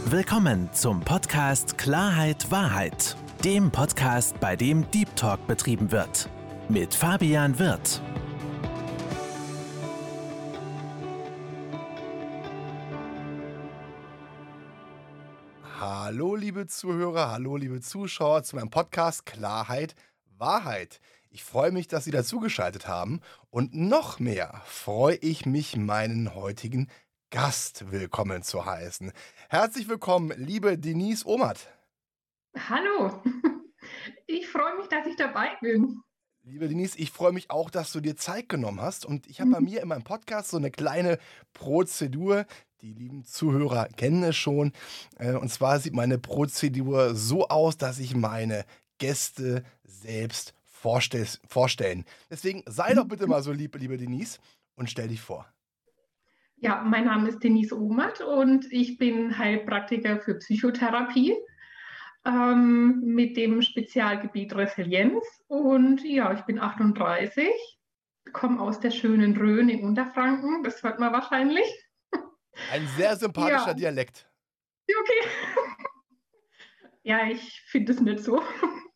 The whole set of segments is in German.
Willkommen zum Podcast Klarheit Wahrheit, dem Podcast, bei dem Deep Talk betrieben wird. Mit Fabian Wirth. Hallo liebe Zuhörer, hallo liebe Zuschauer zu meinem Podcast Klarheit Wahrheit. Ich freue mich, dass Sie dazugeschaltet haben und noch mehr freue ich mich, meinen heutigen Gast willkommen zu heißen. Herzlich willkommen, liebe Denise Ohmert. Hallo, ich freue mich, dass ich dabei bin. Liebe Denise, ich freue mich auch, dass du dir Zeit genommen hast. Und ich habe bei mir in meinem Podcast so eine kleine Prozedur. Die lieben Zuhörer kennen es schon. Und zwar sieht meine Prozedur so aus, dass ich meine Gäste selbst vorstellen. Deswegen sei doch bitte mal so lieb, liebe Denise, und stell dich vor. Ja, mein Name ist Denise Ohmert und ich bin Heilpraktiker für Psychotherapie mit dem Spezialgebiet Resilienz. Und ja, ich bin 38, komme aus der schönen Rhön in Unterfranken, das hört man wahrscheinlich. Ein sehr sympathischer Dialekt. Okay. Ja, ich finde es nicht so.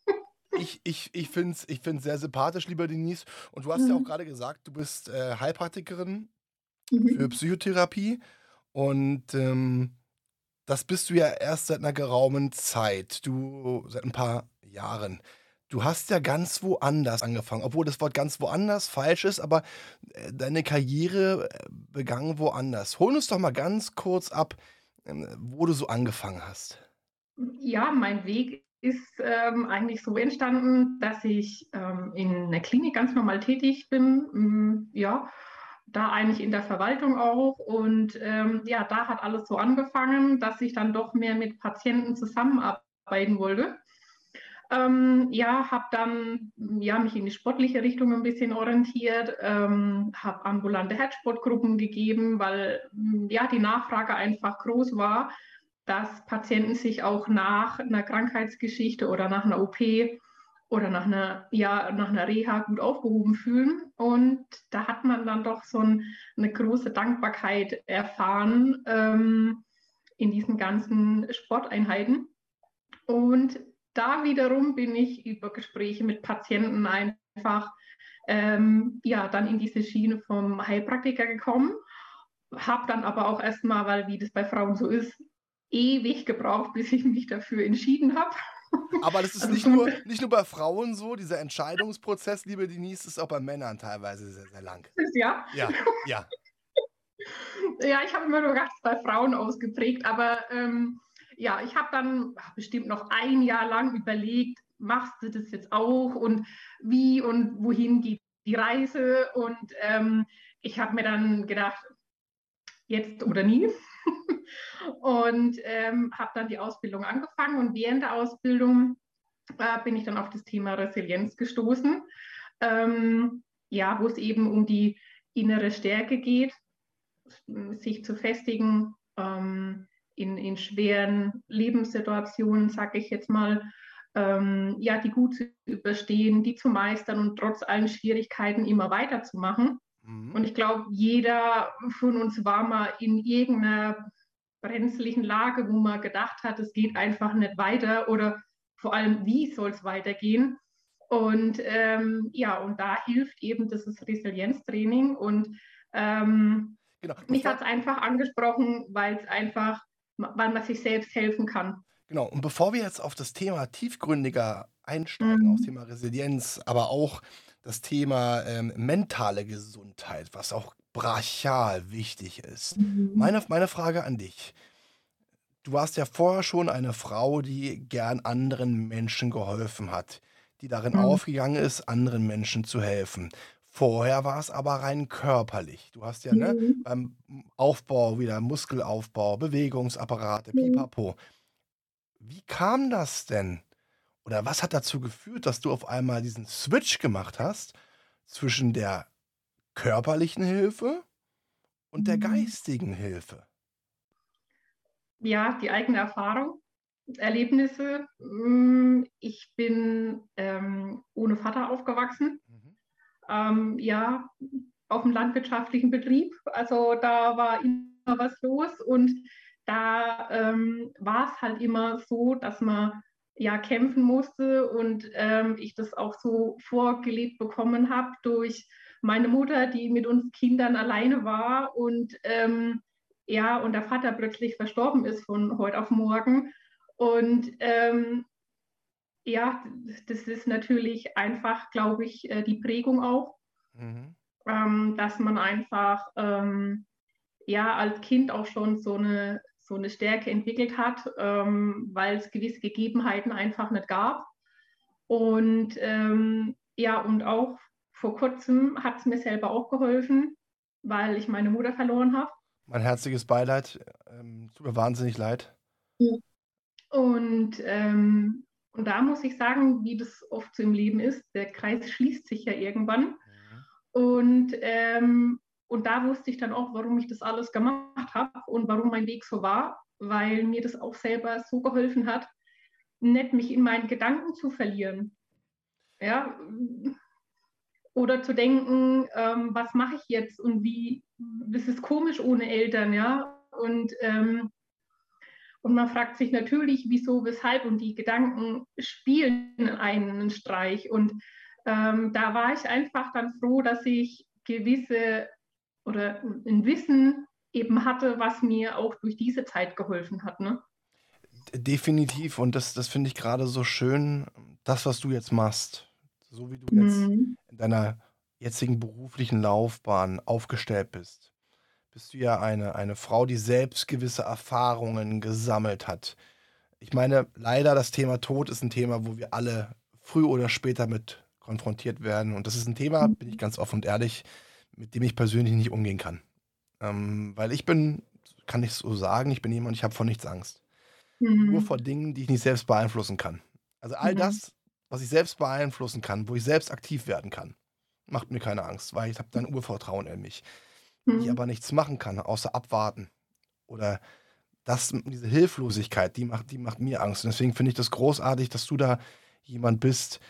Ich finde es sehr sympathisch, lieber Denise. Und du hast ja auch gerade gesagt, du bist Heilpraktikerin für Psychotherapie. Und das bist du ja erst seit einer geraumen Zeit. Seit ein paar Jahren. Du hast ja ganz woanders angefangen, obwohl das Wort ganz woanders falsch ist, aber deine Karriere begann woanders. Hol uns doch mal ganz kurz ab, wo du so angefangen hast. Ja, mein Weg ist eigentlich so entstanden, dass ich in der Klinik ganz normal tätig bin. Ja, da eigentlich in der Verwaltung auch. Und ja, da hat alles so angefangen, dass ich dann doch mehr mit Patienten zusammenarbeiten wollte. Ja, habe dann mich in die sportliche Richtung ein bisschen orientiert, habe ambulante Herzsportgruppen gegeben, weil ja die Nachfrage einfach groß war, dass Patienten sich auch nach einer Krankheitsgeschichte oder nach einer OP oder nach einer Reha gut aufgehoben fühlen. Und da hat man dann doch so eine große Dankbarkeit erfahren in diesen ganzen Sporteinheiten. Und da wiederum bin ich über Gespräche mit Patienten einfach dann in diese Schiene vom Heilpraktiker gekommen. Habe dann aber auch erstmal, weil wie das bei Frauen so ist, ewig gebraucht, bis ich mich dafür entschieden habe. Aber das ist Also nicht nur bei Frauen so, dieser Entscheidungsprozess, liebe Denise, ist auch bei Männern teilweise sehr, sehr lang. Ja. Ja, ja. Ja, ich habe immer nur gedacht, es ist bei Frauen ausgeprägt, aber ja, ich habe dann bestimmt noch ein Jahr lang überlegt, machst du das jetzt auch und wie und wohin geht die Reise? Und ich habe mir dann gedacht, jetzt oder nie. Und habe dann die Ausbildung angefangen und während der Ausbildung bin ich dann auf das Thema Resilienz gestoßen, wo es eben um die innere Stärke geht, sich zu festigen in schweren Lebenssituationen, sage ich jetzt mal, die gut zu überstehen, die zu meistern und trotz allen Schwierigkeiten immer weiterzumachen. Und ich glaube, jeder von uns war mal in irgendeiner brenzlichen Lage, wo man gedacht hat, es geht einfach nicht weiter oder vor allem, wie soll es weitergehen? Und und da hilft eben dieses Resilienztraining und Genau. mich hat es einfach angesprochen, weil man sich selbst helfen kann. Genau. Und bevor wir jetzt auf das Thema tiefgründiger einsteigen, aufs Thema Resilienz, aber auch das Thema mentale Gesundheit, was auch brachial wichtig ist. Meine Frage an dich. Du warst ja vorher schon eine Frau, die gern anderen Menschen geholfen hat, die darin aufgegangen ist, anderen Menschen zu helfen. Vorher war es aber rein körperlich. Du hast ja, ne, beim Aufbau wieder Muskelaufbau, Bewegungsapparate, pipapo. Wie kam das denn? Oder was hat dazu geführt, dass du auf einmal diesen Switch gemacht hast zwischen der körperlichen Hilfe und der geistigen Hilfe? Ja, die eigene Erfahrung, Erlebnisse. Ich bin ohne Vater aufgewachsen. Auf dem landwirtschaftlichen Betrieb. Also da war immer was los und da war es halt immer so, dass man ja kämpfen musste und ich das auch so vorgelebt bekommen habe durch meine Mutter, die mit uns Kindern alleine war und ja, und der Vater plötzlich verstorben ist von heute auf morgen. Und ja, das ist natürlich einfach, glaube ich, die Prägung auch, Mhm. dass man einfach ja als Kind auch schon so eine Stärke entwickelt hat, weil es gewisse Gegebenheiten einfach nicht gab. Und ja, und auch vor kurzem hat es mir selber auch geholfen, weil ich meine Mutter verloren habe. Mein herzliches Beileid. Tut mir wahnsinnig leid. Und, und da muss ich sagen, wie das oft so im Leben ist, der Kreis schließt sich ja irgendwann. Mhm. Und da wusste ich dann auch, warum ich das alles gemacht habe und warum mein Weg so war, weil mir das auch selber so geholfen hat, nicht mich in meinen Gedanken zu verlieren. Ja, oder zu denken, was mache ich jetzt und wie, das ist komisch ohne Eltern, ja. Und man fragt sich natürlich, wieso, weshalb und die Gedanken spielen einen Streich. Und da war ich einfach dann froh, dass ich gewisse oder ein Wissen eben hatte, was mir auch durch diese Zeit geholfen hat. Ne? Definitiv. Und das finde ich gerade so schön, das, was du jetzt machst, so wie du jetzt Mhm. in deiner jetzigen beruflichen Laufbahn aufgestellt bist du ja eine Frau, die selbst gewisse Erfahrungen gesammelt hat. Ich meine, leider das Thema Tod ist ein Thema, wo wir alle früh oder später mit konfrontiert werden. Und das ist ein Thema, bin ich ganz offen und ehrlich, mit dem ich persönlich nicht umgehen kann. Weil ich bin, kann ich so sagen, ich bin jemand, ich habe vor nichts Angst. Nur vor Mhm. Dingen, die ich nicht selbst beeinflussen kann. Also all Mhm. das, was ich selbst beeinflussen kann, wo ich selbst aktiv werden kann, macht mir keine Angst, weil ich habe dann Urvertrauen in mich. Wenn ich aber Mhm. nichts machen kann, außer abwarten oder diese Hilflosigkeit, die macht mir Angst. Und deswegen finde ich das großartig, dass du da jemand bist,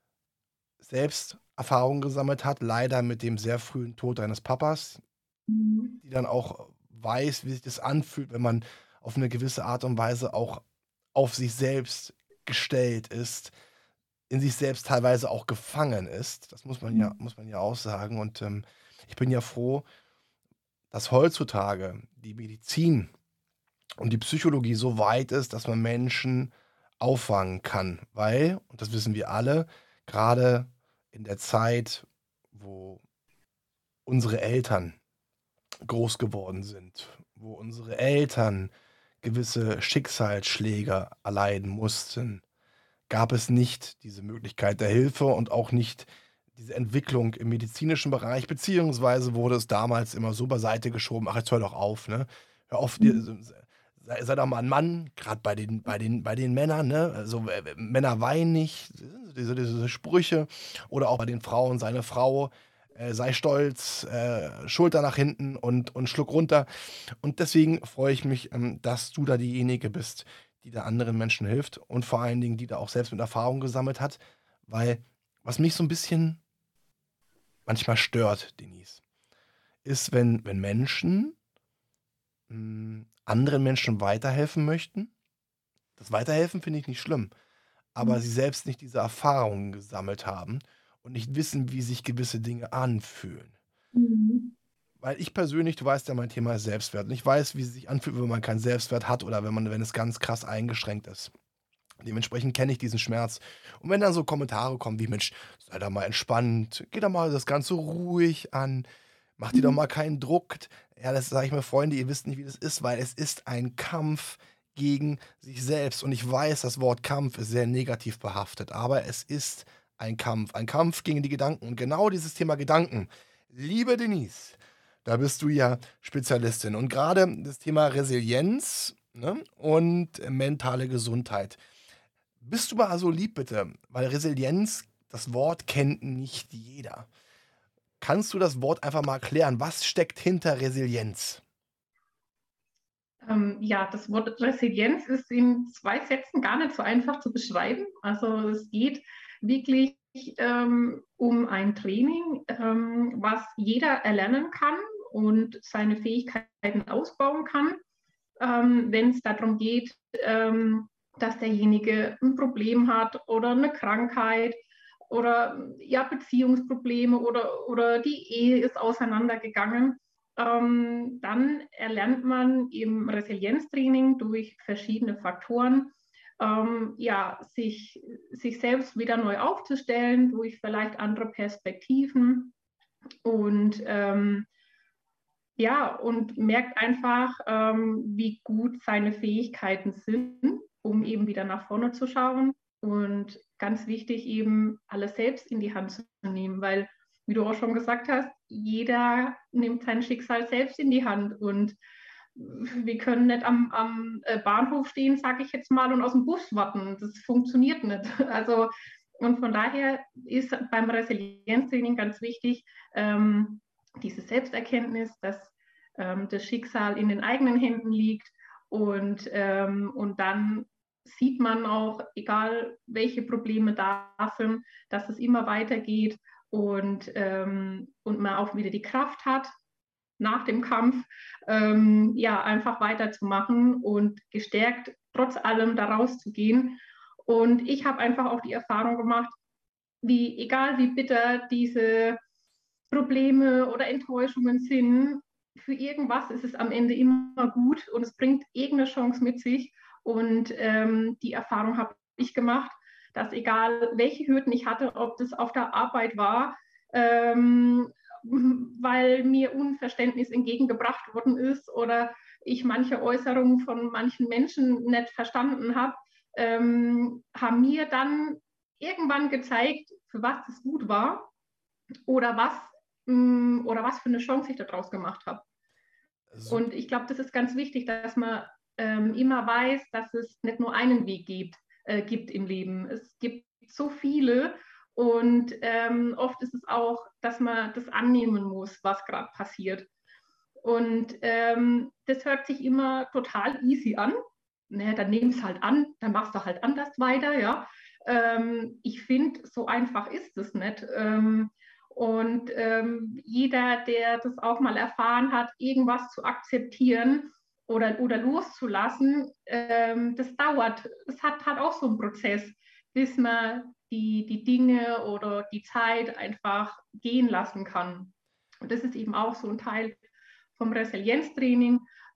selbst Erfahrungen gesammelt hat, leider mit dem sehr frühen Tod deines Papas, Mhm. die dann auch weiß, wie sich das anfühlt, wenn man auf eine gewisse Art und Weise auch auf sich selbst gestellt ist, in sich selbst teilweise auch gefangen ist. Das muss man ja auch sagen. Und, ich bin ja froh, dass heutzutage die Medizin und die Psychologie so weit ist, dass man Menschen auffangen kann, weil, und das wissen wir alle, gerade in der Zeit, wo unsere Eltern groß geworden sind, wo unsere Eltern gewisse Schicksalsschläge erleiden mussten, gab es nicht diese Möglichkeit der Hilfe und auch nicht diese Entwicklung im medizinischen Bereich, beziehungsweise wurde es damals immer so beiseite geschoben: „Ach, jetzt hör doch auf, ne? Hör auf, dir Mhm. sei doch mal ein Mann", grad bei den Männern, ne? Also, Männer weinen nicht, diese Sprüche oder auch bei den Frauen: „Sei 'ne Frau, sei stolz, Schulter nach hinten und Schluck runter." Und deswegen freue ich mich, dass du da diejenige bist, die da anderen Menschen hilft und vor allen Dingen, die da auch selbst mit Erfahrung gesammelt hat, weil was mich so ein bisschen manchmal stört, Denise, ist, wenn Menschen, anderen Menschen weiterhelfen möchten. Das Weiterhelfen finde ich nicht schlimm, aber sie selbst nicht diese Erfahrungen gesammelt haben und nicht wissen, wie sich gewisse Dinge anfühlen. Mhm. Weil ich persönlich, du weißt ja, mein Thema ist Selbstwert und ich weiß, wie es sich anfühlt, wenn man keinen Selbstwert hat oder wenn es ganz krass eingeschränkt ist. Dementsprechend kenne ich diesen Schmerz. Und wenn dann so Kommentare kommen wie: „Mensch, sei doch mal entspannt, geh doch mal das Ganze ruhig an, mach dir doch Mhm. mal keinen Druck." Ja, das sage ich mir: „Freunde, ihr wisst nicht, wie das ist, weil es ist ein Kampf gegen sich selbst." Und ich weiß, das Wort Kampf ist sehr negativ behaftet, aber es ist ein Kampf gegen die Gedanken. Und genau dieses Thema Gedanken, liebe Denise, da bist du ja Spezialistin. Und gerade das Thema Resilienz, ne, und mentale Gesundheit. Bist du mal so lieb bitte, weil Resilienz, das Wort kennt nicht jeder. Kannst du das Wort einfach mal erklären? Was steckt hinter Resilienz? Ja, das Wort Resilienz ist in zwei Sätzen gar nicht so einfach zu beschreiben. Also es geht wirklich um ein Training, was jeder erlernen kann und seine Fähigkeiten ausbauen kann. wenn es darum geht, dass derjenige ein Problem hat oder eine Krankheit oder ja, Beziehungsprobleme oder die Ehe ist auseinandergegangen. Dann erlernt man im Resilienztraining durch verschiedene Faktoren, ja, sich selbst wieder neu aufzustellen durch vielleicht andere Perspektiven und ja, und merkt einfach, wie gut seine Fähigkeiten sind, um eben wieder nach vorne zu schauen. Und ganz wichtig eben, alles selbst in die Hand zu nehmen, weil, wie du auch schon gesagt hast, jeder nimmt sein Schicksal selbst in die Hand. Und wir können nicht am Bahnhof stehen, sage ich jetzt mal, und aus dem Bus warten. Das funktioniert nicht. Also, und von daher ist beim Resilienztraining ganz wichtig, diese Selbsterkenntnis, dass das Schicksal in den eigenen Händen liegt und dann sieht man auch, egal welche Probleme da sind, dass es immer weitergeht und man auch wieder die Kraft hat, nach dem Kampf ja, einfach weiterzumachen und gestärkt trotz allem da rauszugehen. Und ich habe einfach auch die Erfahrung gemacht, egal wie bitter diese Probleme oder Enttäuschungen sind, für irgendwas ist es am Ende immer gut und es bringt irgendeine Chance mit sich. Und die Erfahrung habe ich gemacht, dass egal welche Hürden ich hatte, ob das auf der Arbeit war, weil mir Unverständnis entgegengebracht worden ist oder ich manche Äußerungen von manchen Menschen nicht verstanden habe, haben mir dann irgendwann gezeigt, für was das gut war oder was für eine Chance ich daraus gemacht habe. Super. Und ich glaube, das ist ganz wichtig, dass man immer weiß, dass es nicht nur einen Weg gibt im Leben. Es gibt so viele und oft ist es auch, dass man das annehmen muss, was gerade passiert. Und das hört sich immer total easy an. Naja, dann nimm es halt an, dann machst du halt anders weiter, ja. Ich finde, so einfach ist es nicht. Und jeder, der das auch mal erfahren hat, irgendwas zu akzeptieren oder loszulassen, das dauert. Es hat auch so einen Prozess, bis man die Dinge oder die Zeit einfach gehen lassen kann. Und das ist eben auch so ein Teil vom Resilienztraining.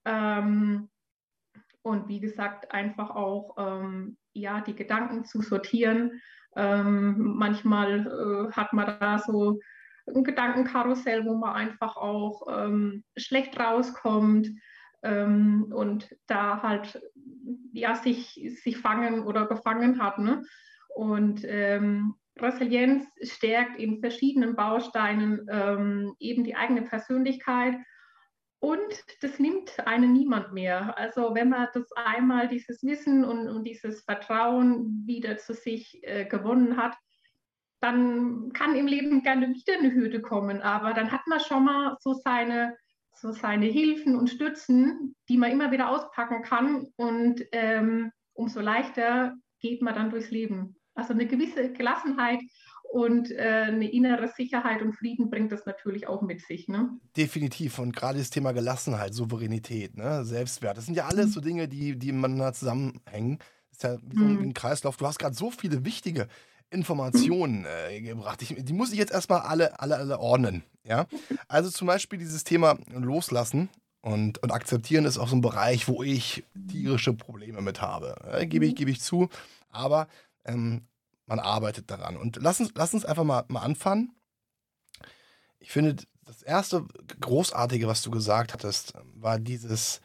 Und wie gesagt, einfach auch ja, die Gedanken zu sortieren. Manchmal hat man da so ein Gedankenkarussell, wo man einfach auch schlecht rauskommt und da halt ja, sich fangen oder gefangen hat. Ne? Und Resilienz stärkt in verschiedenen Bausteinen eben die eigene Persönlichkeit. Und das nimmt einen niemand mehr. Also wenn man das einmal, dieses Wissen und dieses Vertrauen wieder zu sich gewonnen hat, dann kann im Leben gerne wieder eine Hürde kommen. Aber dann hat man schon mal so seine Hilfen und Stützen, die man immer wieder auspacken kann. Und umso leichter geht man dann durchs Leben. Also eine gewisse Gelassenheit und eine innere Sicherheit und Frieden bringt das natürlich auch mit sich. Ne? Definitiv. Und gerade das Thema Gelassenheit, Souveränität, ne, Selbstwert, das sind ja alles so Dinge, die miteinander zusammenhängen. Das ist ja wie so ein Kreislauf. Du hast gerade so viele wichtige Informationen gebracht. Die muss ich jetzt erstmal alle ordnen. Ja? Also zum Beispiel dieses Thema Loslassen und Akzeptieren ist auch so ein Bereich, wo ich tierische Probleme mit habe. Gebe ich zu. Aber man arbeitet daran. Und lass uns einfach mal anfangen. Ich finde, das erste Großartige, was du gesagt hattest, war dieses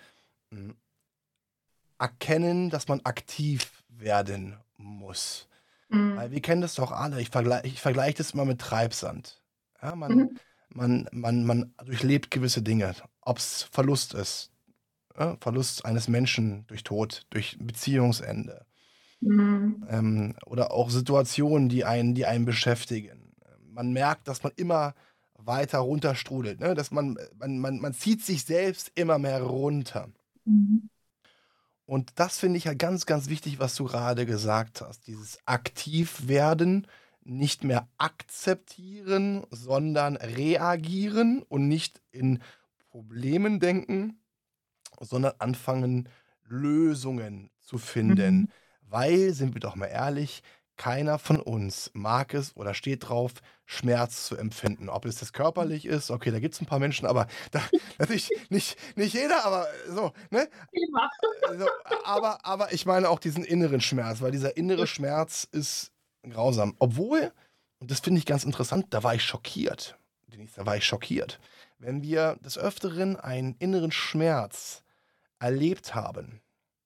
Erkennen, dass man aktiv werden muss. Weil wir kennen das doch alle. Ich vergleiche das immer mit Treibsand. Ja, man durchlebt gewisse Dinge. Ob es Verlust ist. Ja, Verlust eines Menschen durch Tod, durch Beziehungsende. Oder auch Situationen, die einen beschäftigen. Man merkt, dass man immer weiter runterstrudelt, ne? Dass man zieht sich selbst immer mehr runter. Und das finde ich ja ganz, ganz wichtig, was du gerade gesagt hast. Dieses Aktivwerden, nicht mehr akzeptieren, sondern reagieren und nicht in Problemen denken sondern anfangen, Lösungen zu Mhm. finden. Weil, sind wir doch mal ehrlich, keiner von uns mag es oder steht drauf, Schmerz zu empfinden. Ob es das körperlich ist, okay, da gibt es ein paar Menschen, aber da natürlich nicht jeder, aber so, ne? Thema. So, aber ich meine auch diesen inneren Schmerz, weil dieser innere Schmerz ist grausam. Obwohl, und das finde ich ganz interessant, da war ich schockiert. Denise, da war ich schockiert. Wenn wir des Öfteren einen inneren Schmerz erlebt haben,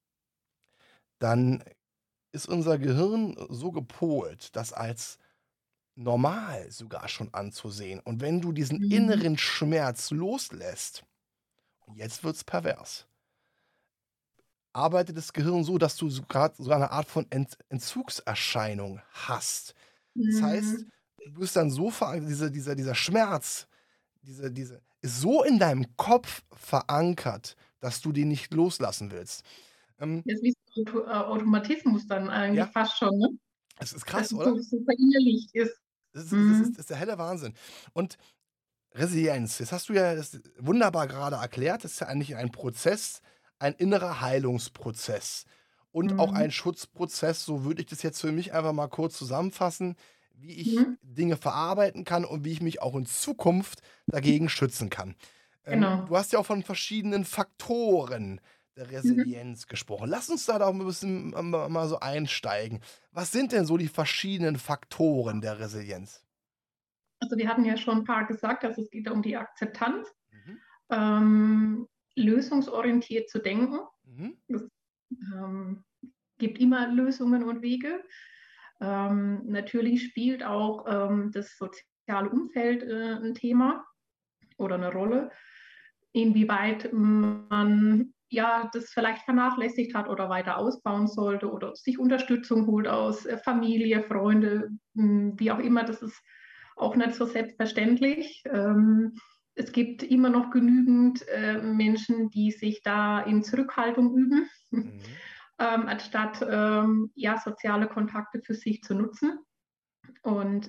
dann ist unser Gehirn so gepolt, das als normal sogar schon anzusehen. Und wenn du diesen Mhm. inneren Schmerz loslässt, und jetzt wird's pervers, arbeitet das Gehirn so, dass du sogar 'ne Art von Entzugserscheinung hast. Das heißt, Mhm. du wirst dann so dieser Schmerz, diese ist so in deinem Kopf verankert, dass du den nicht loslassen willst. Ähm, Das ist wie so 'n Automatismus dann eigentlich ja, fast schon, ne? es ist Dass krass, es oder? so verinnerlicht ist. Das Mhm. ist der helle Wahnsinn. Und Resilienz, jetzt hast du ja das wunderbar gerade erklärt, das ist ja eigentlich ein Prozess, ein innerer Heilungsprozess und auch ein Mhm. Schutzprozess, so würde ich das jetzt für mich einfach mal kurz zusammenfassen, wie ich Mhm. Dinge verarbeiten kann und wie ich mich auch in Zukunft dagegen schützen kann. Du Genau. hast ja auch von verschiedenen Faktoren der Mhm. Resilienz gesprochen. Lass uns da doch ein bisschen mal so einsteigen. Was sind denn so die verschiedenen Faktoren der Resilienz? Also, wir hatten ja schon 'n paar gesagt, also, es geht da um die Akzeptanz, Mhm. ähm, lösungsorientiert zu denken. Mhm. Es, ähm, gibt immer Lösungen und Wege. Natürlich spielt auch, das soziale Umfeld, 'n Thema oder 'ne Rolle, inwieweit man, ja, das vielleicht vernachlässigt hat oder weiter ausbauen sollte oder sich Unterstützung holt aus, Familie, Freunde, wie auch immer. Das ist auch nicht so selbstverständlich. Es gibt immer noch genügend, Menschen, die sich da in Zurückhaltung üben, Mhm. anstatt, ja, soziale Kontakte für sich zu nutzen. Und,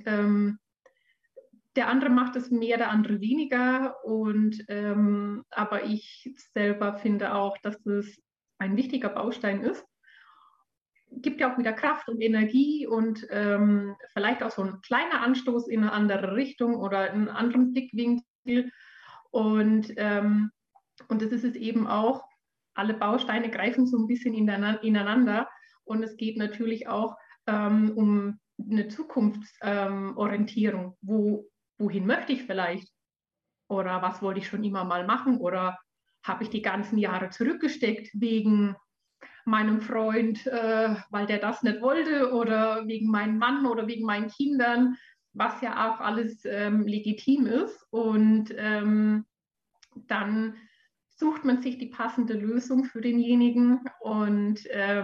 der andere macht es mehr, der andere weniger. Und aber ich selber finde auch, dass es ein wichtiger Baustein ist. Gibt ja auch wieder Kraft und Energie und vielleicht auch so ein kleiner Anstoß in eine andere Richtung oder einen anderen Blickwinkel. Und, und das ist es eben auch. Alle Bausteine greifen so ein bisschen ineinander. Und es geht natürlich auch um eine Zukunftsorientierung. Wohin möchte ich vielleicht? Oder was wollte ich schon immer mal machen? Oder habe ich die ganzen Jahre zurückgesteckt wegen meinem Freund, weil der das nicht wollte oder wegen meinem Mann oder wegen meinen Kindern, was ja auch alles legitim ist. Und dann sucht man sich die passende Lösung für denjenigen. Und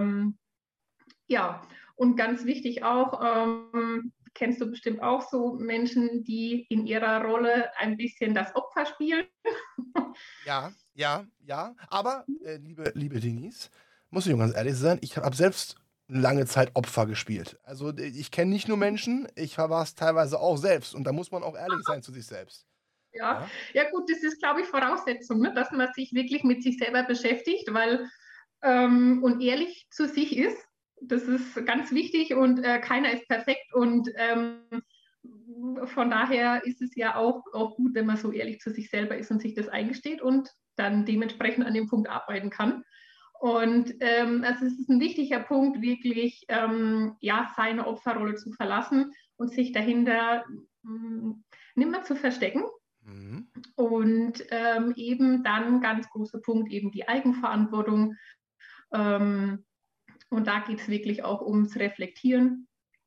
ja, und ganz wichtig auch, kennst du bestimmt auch so Menschen, die in ihrer Rolle ein bisschen das Opfer spielen. Ja, ja, ja. Aber, liebe Denise, muss ich auch ganz ehrlich sein, ich habe selbst lange Zeit Opfer gespielt. Also, ich kenne nicht nur Menschen, ich war es teilweise auch selbst und da muss man auch ehrlich sein zu sich selbst. Ja, Ja? ja gut, das ist, glaube ich, Voraussetzung, ne, dass man sich wirklich mit sich selber beschäftigt, weil und ehrlich zu sich ist. Das ist ganz wichtig und keiner ist perfekt und von daher ist es ja auch gut, wenn man so ehrlich zu sich selber ist und sich das eingesteht und dann dementsprechend an dem Punkt arbeiten kann. Und also es ist ein wichtiger Punkt, wirklich ja, seine Opferrolle zu verlassen und sich dahinter nimmer zu verstecken, Mhm. und eben dann ganz großer Punkt, eben die Eigenverantwortung. Ähm, und da geht es wirklich auch ums Reflektieren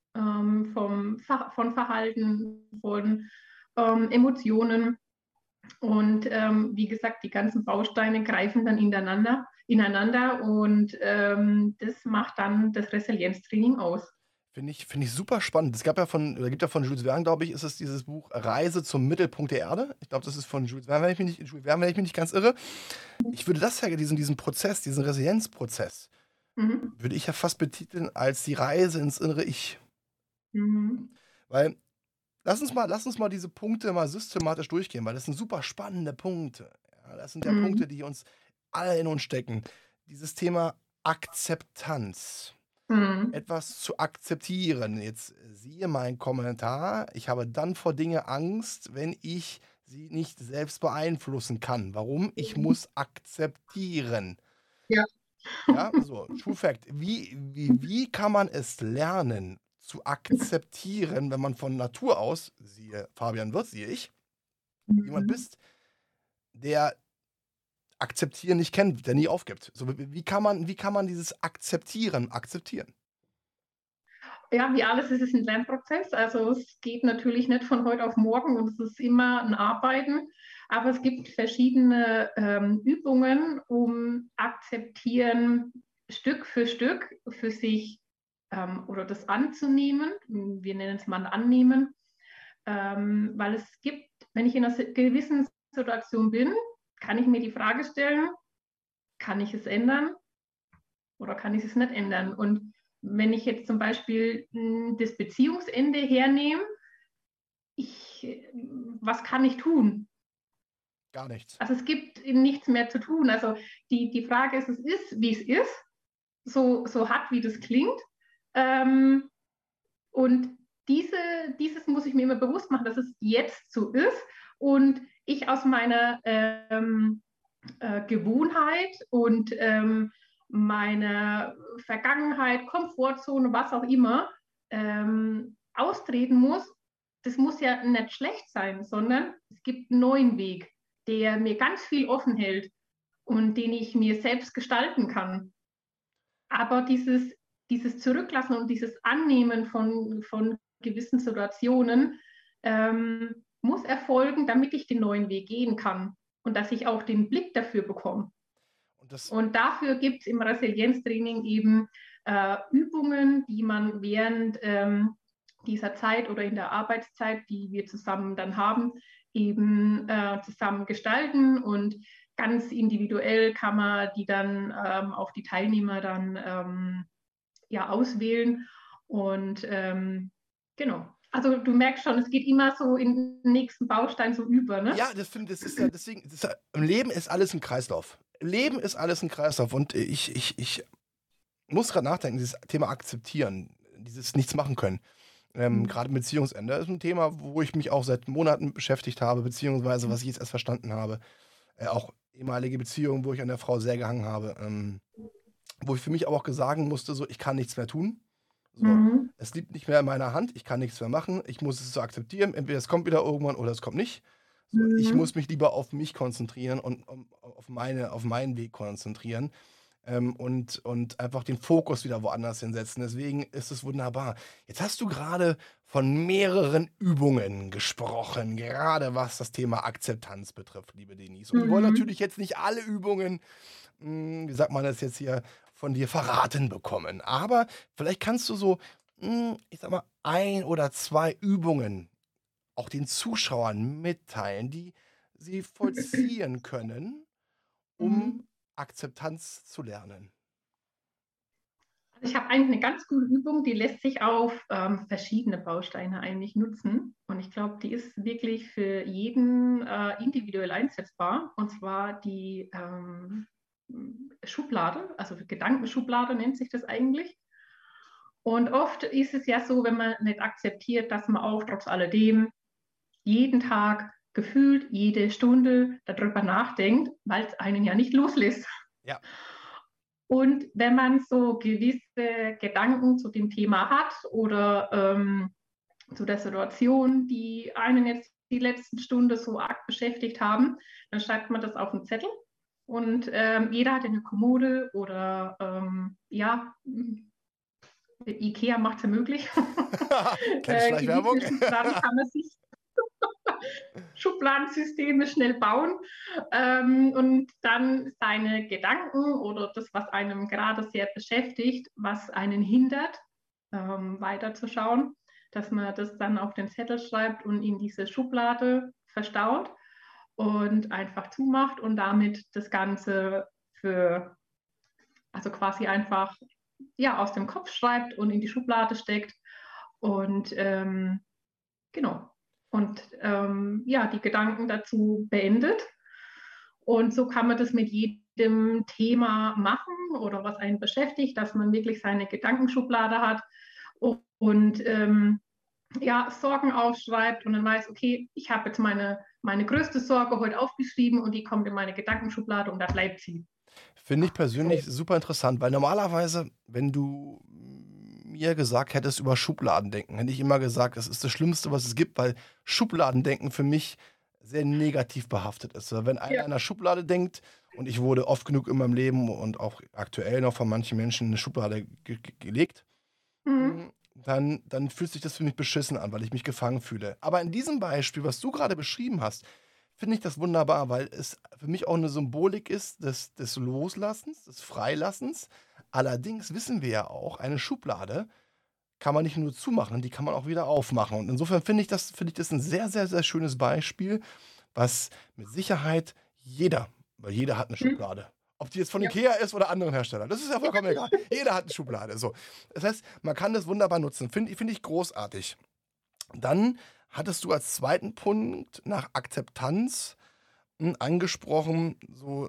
von Verhalten, von Emotionen. Und wie gesagt, die ganzen Bausteine greifen dann ineinander und das macht dann das Resilienztraining aus. Finde ich super spannend. Es gab ja von oder gibt ja von Jules Verne, glaube ich, ist es dieses Buch „Reise zum Mittelpunkt der Erde". Ich glaube, das ist von Jules Verne, wenn ich mich nicht ganz irre. Ich würde das ja diesen Prozess, diesen Resilienzprozess, Mhm. würde ich ja fast betiteln als die Reise ins innere Ich. Mhm. Weil lass uns mal diese Punkte mal systematisch durchgehen, weil das sind super spannende Punkte. Ja, das sind ja Mhm. Punkte, die uns alle in uns stecken. Dieses Thema Akzeptanz. Etwas zu akzeptieren. Jetzt siehe meinen Kommentar. Ich habe dann vor Dinge Angst, wenn ich sie nicht selbst beeinflussen kann. Warum? Ich muss akzeptieren. Ja. Ja, so, True Fact. Wie kann man es lernen, zu akzeptieren, wenn man von Natur aus, siehe Fabian Wirth, siehe ich, jemand bist, der Akzeptieren nicht kennt, der nie aufgibt. So, wie kann man dieses akzeptieren? Ja, wie alles ist es ein Lernprozess. Also es geht natürlich nicht von heute auf morgen und es ist immer ein Arbeiten. Aber es gibt verschiedene Übungen, um Akzeptieren Stück für Stück für sich oder das anzunehmen. Wir nennen es mal Annehmen. Weil es gibt, wenn ich in einer gewissen Situation bin, kann ich mir die Frage stellen, kann ich es ändern oder kann ich es nicht ändern? Und wenn ich jetzt zum Beispiel das Beziehungsende hernehme, was kann ich tun? Gar nichts. Also es gibt nichts mehr zu tun. Also die Frage ist, es ist, wie es ist, so hart, wie das klingt. Und dieses muss ich mir immer bewusst machen, dass es jetzt so ist und ich aus meiner Gewohnheit und meiner Vergangenheit, Komfortzone, was auch immer, austreten muss. Das muss ja nicht schlecht sein, sondern es gibt einen neuen Weg, der mir ganz viel offen hält und den ich mir selbst gestalten kann. Aber dieses Zurücklassen und dieses Annehmen von gewissen Situationen muss erfolgen, damit ich den neuen Weg gehen kann und dass ich auch den Blick dafür bekomme. Und dafür gibt es im Resilienztraining eben Übungen, die man während dieser Zeit oder in der Arbeitszeit, die wir zusammen dann haben, eben zusammen gestalten. Und ganz individuell kann man die dann auf die Teilnehmer dann auswählen. Und genau. Also du merkst schon, es geht immer so in den nächsten Baustein so über, ne? Ja, das ist ja deswegen, im Leben ist alles ein Kreislauf. Leben ist alles ein Kreislauf und ich muss gerade nachdenken, dieses Thema akzeptieren, dieses Nichts machen können. Gerade Beziehungsende ist ein Thema, wo ich mich auch seit Monaten beschäftigt habe, beziehungsweise was ich jetzt erst verstanden habe. Auch ehemalige Beziehungen, wo ich an der Frau sehr gehangen habe. Wo ich für mich aber auch sagen musste, so, ich kann nichts mehr tun. So, es liegt nicht mehr in meiner Hand, ich kann nichts mehr machen, ich muss es so akzeptieren, entweder es kommt wieder irgendwann oder es kommt nicht. So, ich muss mich lieber auf mich konzentrieren und auf meinen Weg konzentrieren und einfach den Fokus wieder woanders hinsetzen. Deswegen ist es wunderbar. Jetzt hast du gerade von mehreren Übungen gesprochen, gerade was das Thema Akzeptanz betrifft, liebe Denise. Und wir wollen natürlich jetzt nicht alle Übungen, wie sagt man das jetzt hier, von dir verraten bekommen. Aber vielleicht kannst du so, ich sag mal, 1 oder 2 Übungen auch den Zuschauern mitteilen, die sie vollziehen können, um Akzeptanz zu lernen. Ich habe eigentlich eine ganz gute Übung, die lässt sich auf verschiedene Bausteine eigentlich nutzen. Und ich glaube, die ist wirklich für jeden individuell einsetzbar. Und zwar die Schublade, also Gedankenschublade nennt sich das eigentlich. Und oft ist es ja so, wenn man nicht akzeptiert, dass man auch trotz alledem jeden Tag gefühlt jede Stunde darüber nachdenkt, weil es einen ja nicht loslässt. Ja. Und wenn man so gewisse Gedanken zu dem Thema hat oder zu der Situation, die einen jetzt die letzten Stunde so arg beschäftigt haben, dann schreibt man das auf einen Zettel. Und jeder hat eine Kommode oder IKEA macht es ja möglich. Schleichwerbung. Schubladen kann man sich Schubladensysteme schnell bauen und dann seine Gedanken oder das, was einem gerade sehr beschäftigt, was einen hindert, weiterzuschauen, dass man das dann auf den Zettel schreibt und in diese Schublade verstaut und einfach zumacht und damit das Ganze also quasi einfach aus dem Kopf schreibt und in die Schublade steckt und genau. Und die Gedanken dazu beendet. Und so kann man das mit jedem dem Thema machen oder was einen beschäftigt, dass man wirklich seine Gedankenschublade hat und ja, Sorgen aufschreibt und dann weiß, okay, ich habe jetzt meine größte Sorge heute aufgeschrieben und die kommt in meine Gedankenschublade und da bleibt sie. Finde ich persönlich super interessant, weil normalerweise, wenn du mir gesagt hättest über Schubladendenken, hätte ich immer gesagt, das ist das Schlimmste, was es gibt, weil Schubladendenken für mich sehr negativ behaftet ist. Wenn einer Ja. in einer Schublade denkt, und ich wurde oft genug in meinem Leben und auch aktuell noch von manchen Menschen in eine Schublade gelegt, Mhm. dann fühlt sich das für mich beschissen an, weil ich mich gefangen fühle. Aber in diesem Beispiel, was du gerade beschrieben hast, finde ich das wunderbar, weil es für mich auch eine Symbolik ist des Loslassens, des Freilassens. Allerdings wissen wir ja auch, eine Schublade kann man nicht nur zumachen, die kann man auch wieder aufmachen. Und insofern finde ich das ein sehr, sehr, sehr schönes Beispiel, was mit Sicherheit jeder, weil jeder hat eine Mhm. Schublade. Ob die jetzt von Ja. Ikea ist oder anderen Herstellern, das ist ja vollkommen egal. Jeder hat eine Schublade. So. Das heißt, man kann das wunderbar nutzen. Finde ich großartig. Dann hattest du als zweiten Punkt nach Akzeptanz angesprochen, so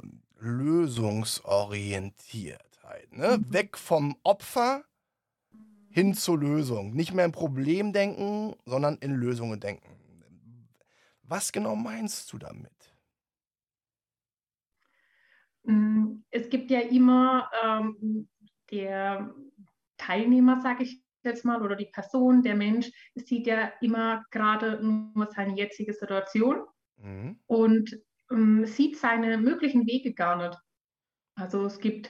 Lösungsorientiertheit. Ne? Mhm. Weg vom Opfer hin zur Lösung. Nicht mehr in Problem denken, sondern in Lösungen denken. Was genau meinst du damit? Es gibt ja immer der Teilnehmer, sage ich jetzt mal, oder die Person, der Mensch, sieht ja immer gerade nur seine jetzige Situation Mhm. und sieht seine möglichen Wege gar nicht. Also es gibt,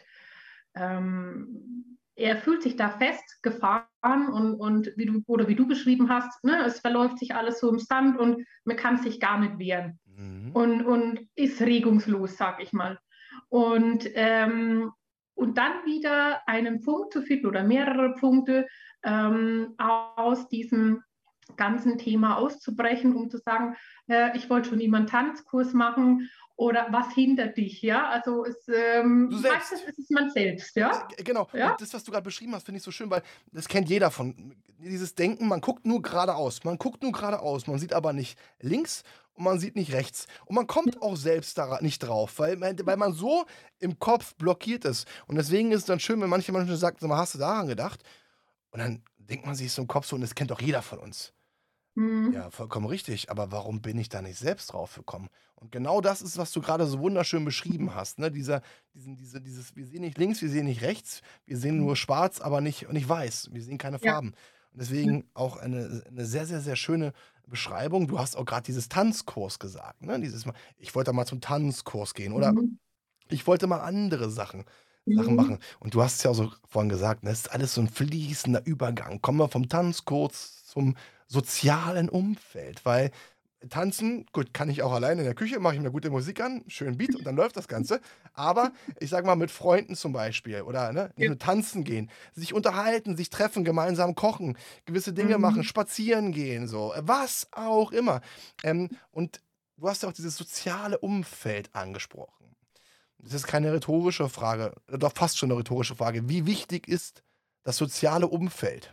er fühlt sich da festgefahren und wie du beschrieben hast, ne, es verläuft sich alles so im Sand und man kann sich gar nicht wehren Mhm. und ist regungslos, sag ich mal. Und, und dann wieder einen Punkt zu finden oder mehrere Punkte aus diesem ganzen Thema auszubrechen, um zu sagen, ich wollte schon immer einen Tanzkurs machen oder was hindert dich, ja? Also Du meistens selbst. ist es man selbst, ja? Genau. Ja? Und das, was du gerade beschrieben hast, finde ich so schön, weil das kennt jeder von. Dieses Denken, man guckt nur geradeaus. Man guckt nur geradeaus. Man sieht aber nicht links und man sieht nicht rechts. Und man kommt auch selbst da nicht drauf, weil man so im Kopf blockiert ist. Und deswegen ist es dann schön, wenn manche Menschen sagen, sag mal, hast du daran gedacht? Und dann denkt man sich so im Kopf so, und das kennt doch jeder von uns. Hm. Ja, vollkommen richtig. Aber warum bin ich da nicht selbst drauf gekommen? Und genau das ist, was du gerade so wunderschön beschrieben hast. Ne? Wir sehen nicht links, wir sehen nicht rechts, wir sehen nur schwarz, aber nicht weiß. Wir sehen keine Ja. Farben. Und deswegen auch eine sehr, sehr, sehr schöne Beschreibung. Du hast auch gerade dieses Tanzkurs gesagt. Ne? Ich wollte mal zum Tanzkurs gehen oder Mhm. ich wollte mal andere Sachen Mhm. machen. Und du hast es ja auch so vorhin gesagt, ne, es ist alles so ein fließender Übergang. Kommen wir vom Tanzkurs zum sozialen Umfeld, weil tanzen, gut, kann ich auch alleine in der Küche, mache ich mir gute Musik an, schönen Beat und dann läuft das Ganze. Aber ich sage mal mit Freunden zum Beispiel oder ne, nicht Ja. nur tanzen gehen, sich unterhalten, sich treffen, gemeinsam kochen, gewisse Dinge machen, Mhm. spazieren gehen, so, was auch immer. Und du hast ja auch dieses soziale Umfeld angesprochen. Das ist keine rhetorische Frage, doch fast schon eine rhetorische Frage. Wie wichtig ist das soziale Umfeld?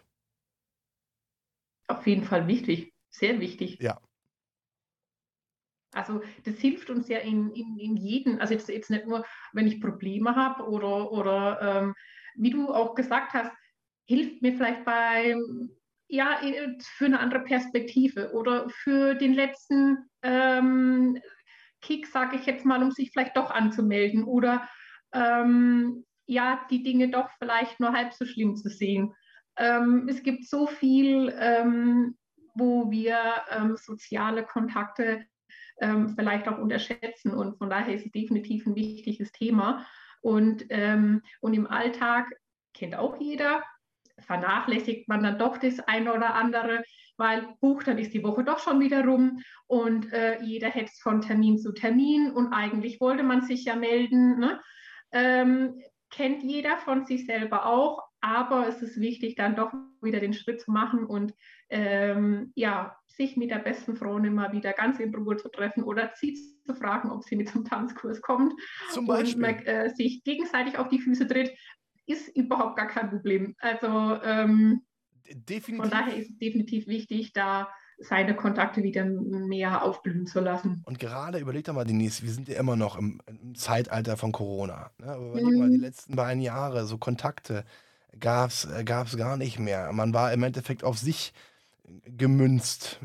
Auf jeden Fall wichtig, sehr wichtig. Ja. Also das hilft uns ja in jedem, also jetzt nicht nur, wenn ich Probleme habe oder wie du auch gesagt hast, hilft mir vielleicht ja, für eine andere Perspektive oder für den letzten Kick, sage ich jetzt mal, um sich vielleicht doch anzumelden oder ja, die Dinge doch vielleicht nur halb so schlimm zu sehen. Es gibt so viel, wo wir soziale Kontakte vielleicht auch unterschätzen. Und von daher ist es definitiv ein wichtiges Thema. Und im Alltag kennt auch jeder, vernachlässigt man dann doch das eine oder andere, weil dann ist die Woche doch schon wieder rum und jeder hetzt von Termin zu Termin und eigentlich wollte man sich ja melden. Ne? Ähm, Kennt jeder von sich selber auch, aber es ist wichtig, dann doch wieder den Schritt zu machen und ja, sich mit der besten Freundin mal wieder ganz in Ruhe zu treffen oder sie zu fragen, ob sie mit zum Tanzkurs kommt Zum und man Beispiel. sich gegenseitig auf die Füße tritt, ist überhaupt gar kein Problem. Also von daher Definitiv. ist es definitiv wichtig, da seine Kontakte wieder mehr aufblühen zu lassen. Und gerade überleg doch mal, Denise, wir sind ja immer noch im Zeitalter von Corona. Ne? Aber überleg mal, die Mhm. letzten beiden Jahre, so Kontakte gab's gar nicht mehr. Man war im Endeffekt auf sich gemünzt.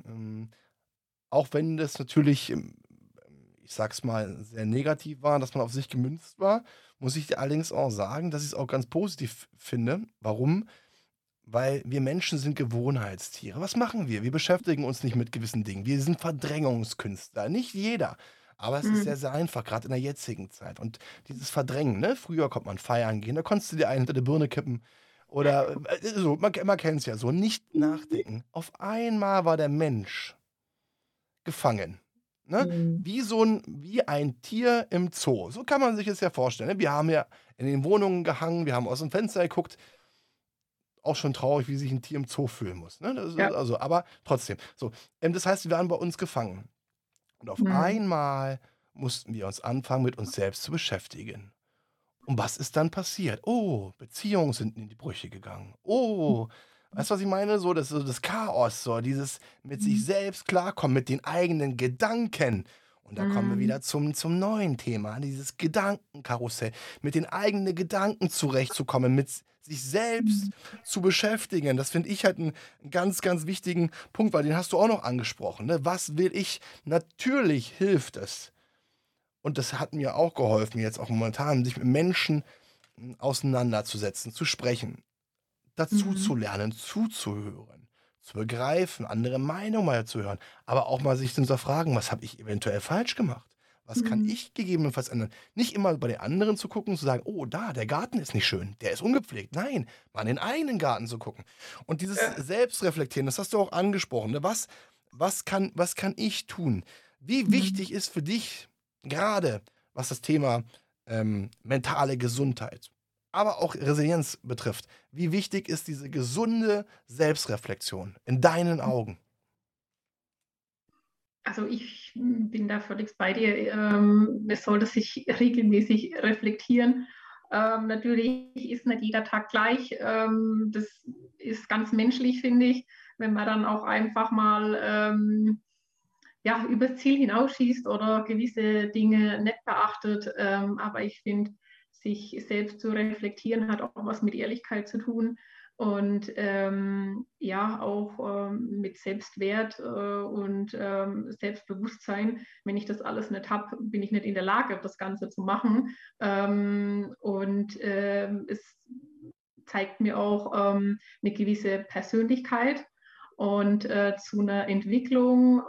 Auch wenn das natürlich, ich sag's mal, sehr negativ war, dass man auf sich gemünzt war, muss ich dir allerdings auch sagen, dass ich es auch ganz positiv finde. Warum? Weil wir Menschen sind Gewohnheitstiere. Was machen wir? Wir beschäftigen uns nicht mit gewissen Dingen. Wir sind Verdrängungskünstler. Nicht jeder. Aber es ist sehr, Mhm. sehr einfach, gerade in der jetzigen Zeit. Und dieses Verdrängen, ne? Früher konnte man feiern gehen, da konntest du dir einen hinter die Birne kippen. Oder so, man kennt es ja so, nicht nachdenken. Auf einmal war der Mensch gefangen. Ne? Mhm. Wie ein Tier im Zoo. So kann man sich es ja vorstellen. Ne? Wir haben ja in den Wohnungen gehangen, wir haben aus dem Fenster geguckt, auch schon traurig, wie sich ein Tier im Zoo fühlen muss, ne? Das ist Ja. also aber trotzdem. So, das heißt, wir waren bei uns gefangen. Und auf Mhm. einmal mussten wir uns anfangen, mit uns selbst zu beschäftigen. Und was ist dann passiert? Oh, Beziehungen sind in die Brüche gegangen. Oh, weißt du, was ich meine? So das Chaos, so dieses mit sich selbst klarkommen, mit den eigenen Gedanken. Und da kommen wir Mhm. wieder zum neuen Thema, dieses Gedankenkarussell, mit den eigenen Gedanken zurechtzukommen, mit sich selbst zu beschäftigen. Das finde ich halt einen ganz, ganz wichtigen Punkt, weil den hast du auch noch angesprochen. Ne? Was will ich? Natürlich hilft es. Und das hat mir auch geholfen, jetzt auch momentan, sich mit Menschen auseinanderzusetzen, zu sprechen, dazu zu Mhm. lernen, zuzuhören, zu begreifen, andere Meinungen mal zu hören, aber auch mal sich zu hinterfragen, was habe ich eventuell falsch gemacht? Was kann Mhm. ich gegebenenfalls ändern? Nicht immer bei den anderen zu gucken, zu sagen, oh, da, der Garten ist nicht schön, der ist ungepflegt. Nein, mal in den eigenen Garten zu gucken. Und dieses Ja. Selbstreflektieren, das hast du auch angesprochen. Ne? Was kann ich tun? Wie Mhm. wichtig ist für dich gerade, was das Thema mentale Gesundheit, aber auch Resilienz betrifft? Wie wichtig ist diese gesunde Selbstreflexion in deinen Augen? Also ich bin da völlig bei dir. Es sollte sich regelmäßig reflektieren. Natürlich ist nicht jeder Tag gleich. Das ist ganz menschlich, finde ich, wenn man dann auch einfach mal ja, übers Ziel hinausschießt oder gewisse Dinge nicht beachtet. Aber ich finde, sich selbst zu reflektieren hat auch was mit Ehrlichkeit zu tun und ja, auch mit Selbstwert und Selbstbewusstsein. Wenn ich das alles nicht habe, bin ich nicht in der Lage, das Ganze zu machen. Und es zeigt mir auch eine gewisse Persönlichkeit und zu einer Entwicklung,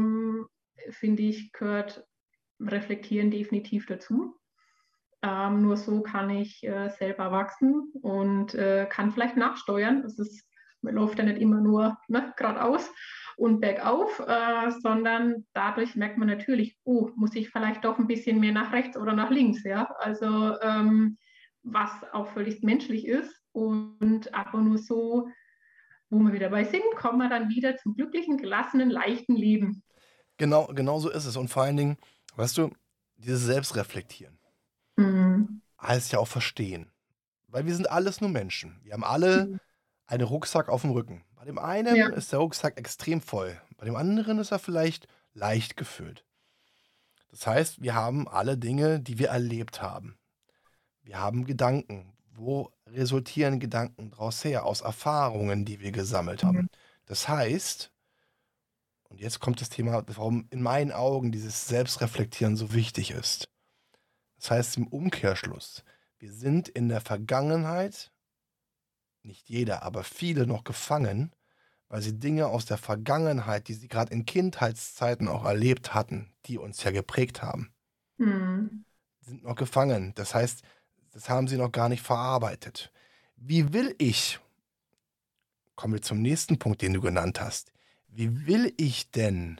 finde ich, gehört Reflektieren definitiv dazu. Nur so kann ich selber wachsen und kann vielleicht nachsteuern. Man läuft ja nicht immer nur, ne, geradeaus und bergauf, sondern dadurch merkt man natürlich, oh, muss ich vielleicht doch ein bisschen mehr nach rechts oder nach links. Ja? Also was auch völlig menschlich ist und aber nur so, wo wir wieder bei sind, kommen wir dann wieder zum glücklichen, gelassenen, leichten Leben. Genau so ist es. Und vor allen Dingen, weißt du, dieses Selbstreflektieren Mhm. heißt ja auch verstehen. Weil wir sind alles nur Menschen. Wir haben alle einen Rucksack auf dem Rücken. Bei dem Ja. einen ist der Rucksack extrem voll, bei dem anderen ist er vielleicht leicht gefüllt. Das heißt, wir haben alle Dinge, die wir erlebt haben. Wir haben Gedanken. Wo resultieren Gedanken daraus her? Aus Erfahrungen, die wir gesammelt haben. Das heißt, und jetzt kommt das Thema, warum in meinen Augen dieses Selbstreflektieren so wichtig ist. Das heißt im Umkehrschluss, wir sind in der Vergangenheit, nicht jeder, aber viele noch gefangen, weil sie Dinge aus der Vergangenheit, die sie gerade in Kindheitszeiten auch erlebt hatten, die uns ja geprägt haben, Mhm. sind noch gefangen. Das heißt, das haben sie noch gar nicht verarbeitet. Wie will ich, kommen wir zum nächsten Punkt, den du genannt hast, wie will ich denn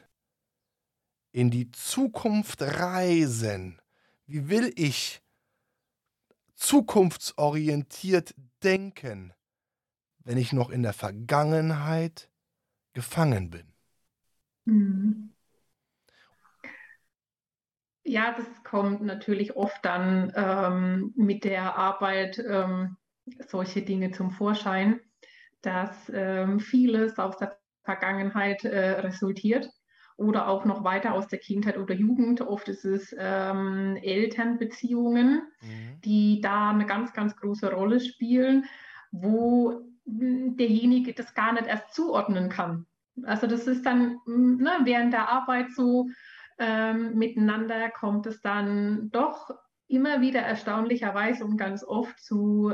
in die Zukunft reisen? Wie will ich zukunftsorientiert denken, wenn ich noch in der Vergangenheit gefangen bin? Mhm. Ja, das kommt natürlich oft dann mit der Arbeit solche Dinge zum Vorschein, dass vieles aus der Vergangenheit resultiert oder auch noch weiter aus der Kindheit oder Jugend. Oft ist es Elternbeziehungen, Mhm. die da eine ganz, ganz große Rolle spielen, wo derjenige das gar nicht erst zuordnen kann. Also das ist dann während der Arbeit so, miteinander kommt es dann doch immer wieder erstaunlicherweise und ganz oft zu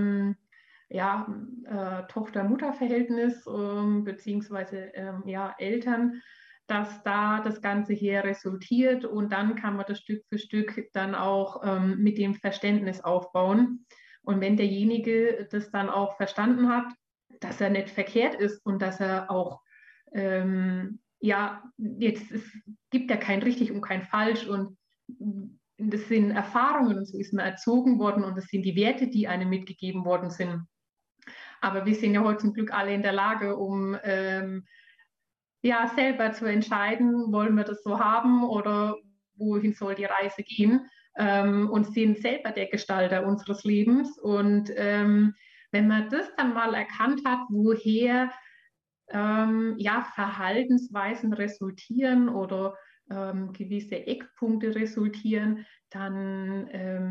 Tochter-Mutter-Verhältnis beziehungsweise Eltern, dass da das Ganze her resultiert und dann kann man das Stück für Stück dann auch mit dem Verständnis aufbauen. Und wenn derjenige das dann auch verstanden hat, dass er nicht verkehrt ist und dass er auch es gibt ja kein richtig und kein falsch und das sind Erfahrungen und so ist man erzogen worden und das sind die Werte, die einem mitgegeben worden sind. Aber wir sind ja heute zum Glück alle in der Lage, um selber zu entscheiden, wollen wir das so haben oder wohin soll die Reise gehen, und sind selber der Gestalter unseres Lebens. Und wenn man das dann mal erkannt hat, woher Verhaltensweisen resultieren oder gewisse Eckpunkte resultieren, dann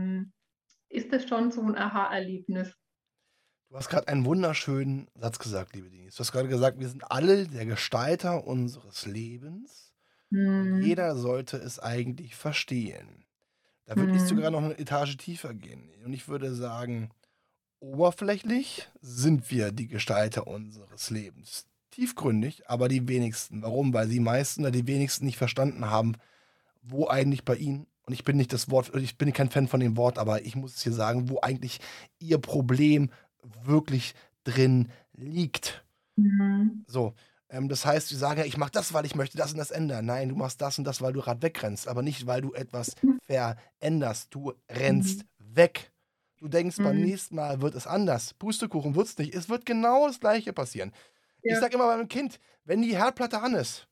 ist das schon so ein Aha-Erlebnis. Du hast gerade einen wunderschönen Satz gesagt, liebe Denise. Du hast gerade gesagt, wir sind alle der Gestalter unseres Lebens und jeder sollte es eigentlich verstehen. Da würde ich sogar noch eine Etage tiefer gehen. Und ich würde sagen, oberflächlich sind wir die Gestalter unseres Lebens. Tiefgründig, aber die wenigsten. Warum? Weil die meisten oder die wenigsten nicht verstanden haben, wo eigentlich bei ihnen, und ich bin nicht das Wort, ich bin kein Fan von dem Wort, aber ich muss es hier sagen, wo eigentlich ihr Problem wirklich drin liegt. So, das heißt, sie sagen ja, ich mache das, weil ich möchte das und das ändern. Nein, du machst das und das, weil du gerade wegrennst, aber nicht, weil du etwas veränderst. Du rennst weg. Du denkst, beim nächsten Mal wird es anders. Pustekuchen wird's nicht. Es wird genau das Gleiche passieren. Ich Ja. sage immer beim Kind, wenn die Herdplatte an ist,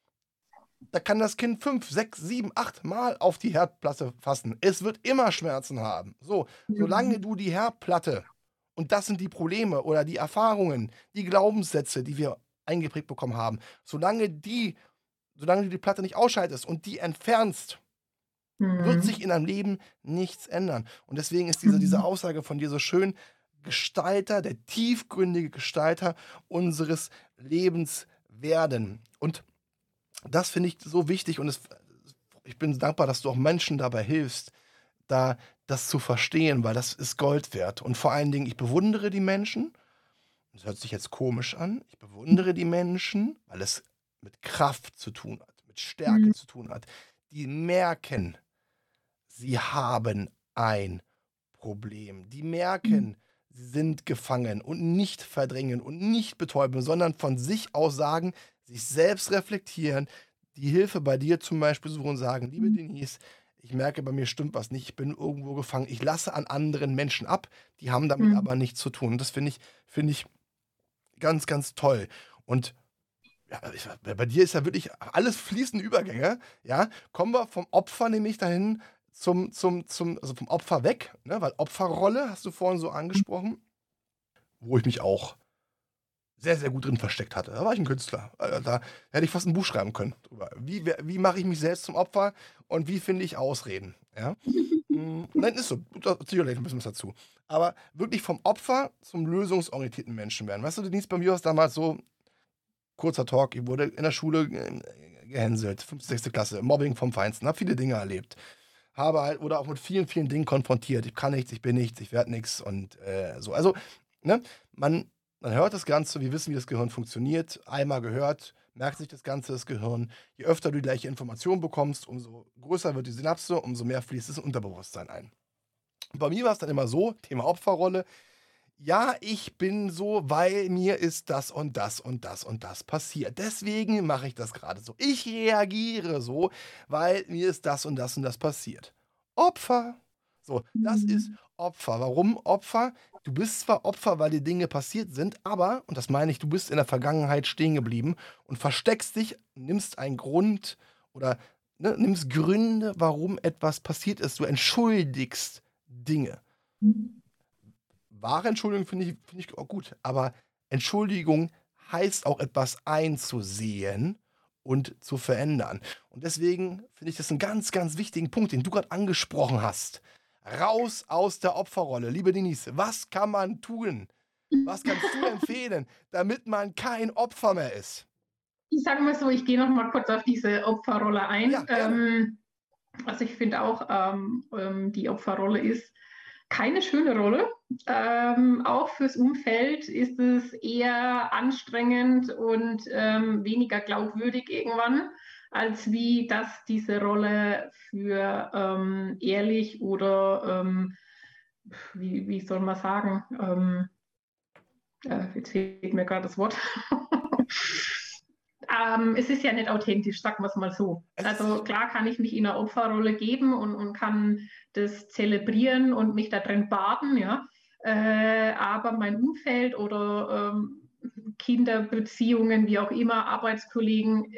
da kann das Kind 5, 6, 7, 8 Mal auf die Herdplatte fassen. Es wird immer Schmerzen haben. So, solange du die Herdplatte, und das sind die Probleme oder die Erfahrungen, die Glaubenssätze, die wir eingeprägt bekommen haben, solange du die Platte nicht ausschaltest und die entfernst, wird sich in deinem Leben nichts ändern. Und deswegen ist diese Aussage von dir so schön: Gestalter, der tiefgründige Gestalter unseres Lebens werden. Und das finde ich so wichtig und ich bin dankbar, dass du auch Menschen dabei hilfst, da das zu verstehen, weil das ist Gold wert. Und vor allen Dingen, ich bewundere die Menschen, das hört sich jetzt komisch an, ich bewundere die Menschen, weil es mit Kraft zu tun hat, mit Stärke zu tun hat, die merken, sie haben ein Problem. Die merken, sie sind gefangen und nicht verdrängen und nicht betäuben, sondern von sich aus sagen, sich selbst reflektieren, die Hilfe bei dir zum Beispiel suchen und sagen, liebe Denise, ich merke, bei mir stimmt was nicht, ich bin irgendwo gefangen, ich lasse an anderen Menschen ab, die haben damit aber nichts zu tun. Und das finde ich ganz, ganz toll. Und ja, bei dir ist ja wirklich alles fließende Übergänge. Ja, kommen wir vom Opfer nämlich dahin also vom Opfer weg, ne? Weil Opferrolle hast du vorhin so angesprochen, wo ich mich auch sehr, sehr gut drin versteckt hatte. Da war ich ein Künstler. Da hätte ich fast ein Buch schreiben können drüber. Wie mache ich mich selbst zum Opfer und wie finde ich Ausreden? Ja? Nein, ist so. Da erzähl ich gleich ein bisschen was dazu. Aber wirklich vom Opfer zum lösungsorientierten Menschen werden. Weißt du, Denise, bei mir war es damals so, kurzer Talk, ich wurde in der Schule gehänselt, 5., 6. Klasse, Mobbing vom Feinsten, habe viele Dinge erlebt. Habe halt, oder auch mit vielen, vielen Dingen konfrontiert. Ich kann nichts, ich bin nichts, ich werde nichts und so. Also, ne, man hört das Ganze, wir wissen, wie das Gehirn funktioniert. Einmal gehört, merkt sich das Ganze, das Gehirn. Je öfter du die gleiche Information bekommst, umso größer wird die Synapse, umso mehr fließt es in Unterbewusstsein ein. Und bei mir war es dann immer so, Thema Opferrolle, ja, ich bin so, weil mir ist das und das und das und das passiert. Deswegen mache ich das gerade so. Ich reagiere so, weil mir ist das und das und das passiert. Opfer. So, das ist Opfer. Warum Opfer? Du bist zwar Opfer, weil dir Dinge passiert sind, aber, und das meine ich, du bist in der Vergangenheit stehen geblieben und versteckst dich, nimmst einen Grund oder nimmst Gründe, warum etwas passiert ist. Du entschuldigst Dinge. Wahre Entschuldigung finde ich auch gut, aber Entschuldigung heißt auch etwas einzusehen und zu verändern. Und deswegen finde ich das einen ganz, ganz wichtigen Punkt, den du gerade angesprochen hast. Raus aus der Opferrolle. Liebe Denise, was kann man tun? Was kannst du empfehlen, damit man kein Opfer mehr ist? Ich sage mal so, ich gehe noch mal kurz auf diese Opferrolle Ja, ein. gerne. Also ich finde auch, die Opferrolle ist keine schöne Rolle. Auch fürs Umfeld ist es eher anstrengend und weniger glaubwürdig irgendwann, als wie dass diese Rolle für ehrlich oder wie soll man sagen, jetzt fehlt mir gerade das Wort. Es ist ja nicht authentisch, sagen wir es mal so. Es Also ist, klar kann ich mich in einer Opferrolle geben und kann das zelebrieren und mich da drin baden, ja. Aber mein Umfeld oder Kinderbeziehungen, wie auch immer, Arbeitskollegen,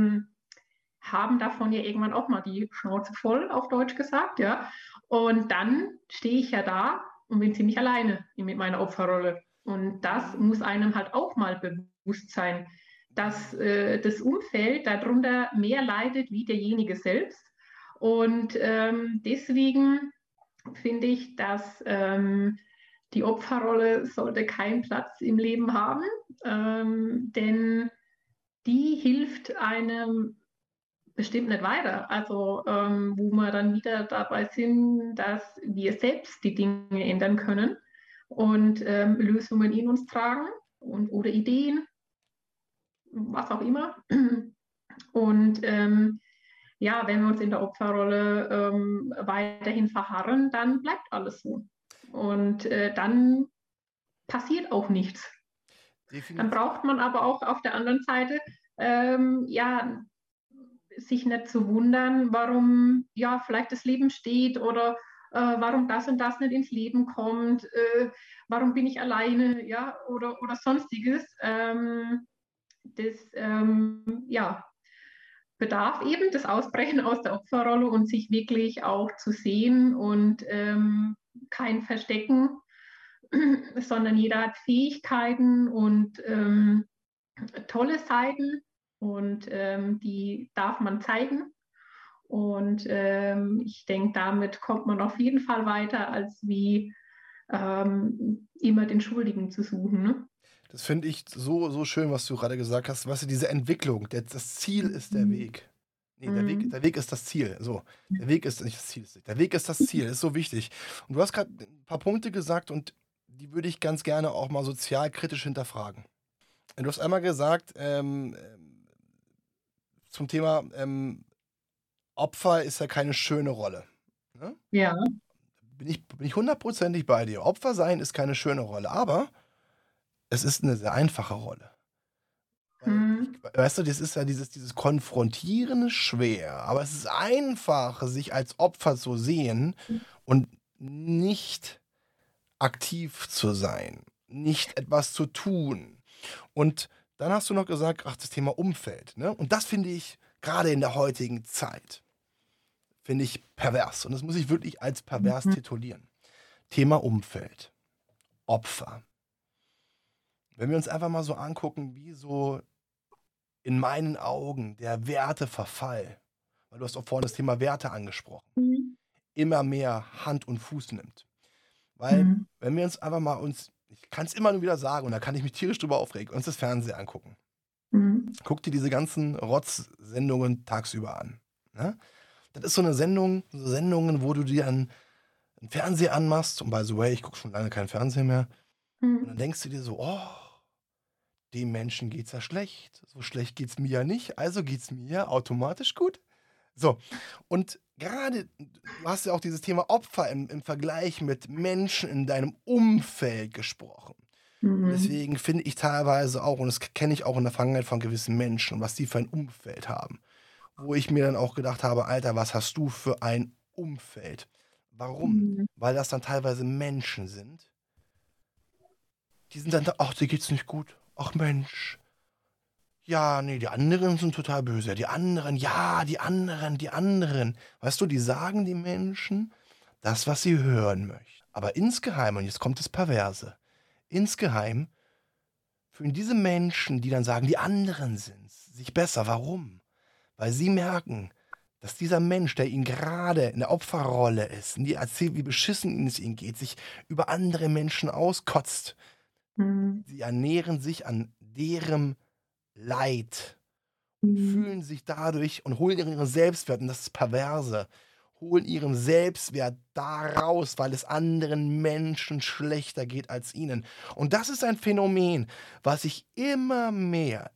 haben davon ja irgendwann auch mal die Schnauze voll, auf Deutsch gesagt, ja. Und dann stehe ich ja da und bin ziemlich alleine mit meiner Opferrolle. Und das muss einem halt auch mal bewusst sein, dass das Umfeld darunter mehr leidet wie derjenige selbst. Und deswegen finde ich, dass die Opferrolle sollte keinen Platz im Leben haben, denn die hilft einem bestimmt nicht weiter. Also wo wir dann wieder dabei sind, dass wir selbst die Dinge ändern können und Lösungen in uns tragen oder Ideen, was auch immer. Und ja, wenn wir uns in der Opferrolle weiterhin verharren, dann bleibt alles so. Und dann passiert auch nichts. Dann definitiv. braucht man aber auch auf der anderen Seite ja, sich nicht zu wundern, warum ja vielleicht das Leben steht oder warum das und das nicht ins Leben kommt, warum bin ich alleine, ja, oder sonstiges. Das ja, bedarf eben das Ausbrechen aus der Opferrolle und sich wirklich auch zu sehen und kein Verstecken, sondern jeder hat Fähigkeiten und tolle Seiten und die darf man zeigen. Und ich denke, damit kommt man auf jeden Fall weiter, als wie immer den Schuldigen zu suchen. Ne? Das finde ich so, so schön, was du gerade gesagt hast. Weißt du, diese Entwicklung, das Ziel ist der Mhm. Weg. Nee, Mhm. der Weg ist das Ziel. So, der Weg ist nicht das Ziel. Der Weg ist das Ziel. Das ist so wichtig. Und du hast gerade ein paar Punkte gesagt und die würde ich ganz gerne auch mal sozialkritisch hinterfragen. Du hast einmal gesagt, zum Thema Opfer ist ja keine schöne Rolle. Ne? Ja. Bin ich hundertprozentig bei dir. Opfer sein ist keine schöne Rolle, aber es ist eine sehr einfache Rolle. Weil Mhm. weißt du, das ist ja dieses Konfrontieren ist schwer, aber es ist einfach, sich als Opfer zu sehen und nicht aktiv zu sein, nicht etwas zu tun. Und dann hast du noch gesagt, ach, das Thema Umfeld, ne? Und das finde ich gerade in der heutigen Zeit, finde ich pervers. Und das muss ich wirklich als pervers Mhm. titulieren. Thema Umfeld, Opfer. Wenn wir uns einfach mal so angucken, wie so in meinen Augen der Werteverfall, weil du hast auch vorhin das Thema Werte angesprochen, Mhm. immer mehr Hand und Fuß nimmt. Weil, Mhm. wenn wir uns einfach mal ich kann es immer nur wieder sagen, und da kann ich mich tierisch drüber aufregen, uns das Fernsehen angucken. Mhm. Guck dir diese ganzen Rotz-Sendungen tagsüber an. Ne? Das ist so eine Sendung, so Sendungen, wo du dir einen Fernseher anmachst, und by the way, ich gucke schon lange keinen Fernseher mehr, und dann Mhm. denkst du dir so, oh, dem Menschen geht's ja schlecht. So schlecht geht's mir ja nicht, also geht's mir ja automatisch gut. So, und gerade, du hast ja auch dieses Thema Opfer im Vergleich mit Menschen in deinem Umfeld gesprochen. Und Mhm. deswegen finde ich teilweise auch, und das kenne ich auch in der Vergangenheit von gewissen Menschen, was die für ein Umfeld haben, wo ich mir dann auch gedacht habe, Alter, was hast du für ein Umfeld? Warum? Mhm. Weil das dann teilweise Menschen sind, die sind dann da, ach, dir geht's nicht gut. Ach Mensch, ja, ne, die anderen sind total böse. Die anderen, ja, die anderen. Weißt du, die sagen den Menschen das, was sie hören möchten. Aber insgeheim, und jetzt kommt das Perverse, insgeheim fühlen diese Menschen, die dann sagen, die anderen sind's, sich besser. Warum? Weil sie merken, dass dieser Mensch, der ihnen gerade in der Opferrolle ist, und die erzählt, wie beschissen es ihnen geht, sich über andere Menschen auskotzt. Mhm. Sie ernähren sich an deren Leid, Mhm. fühlen sich dadurch und holen ihren Selbstwert, und das ist perverse, holen ihren Selbstwert daraus, weil es anderen Menschen schlechter geht als ihnen. Und das ist ein Phänomen, was ich immer mehr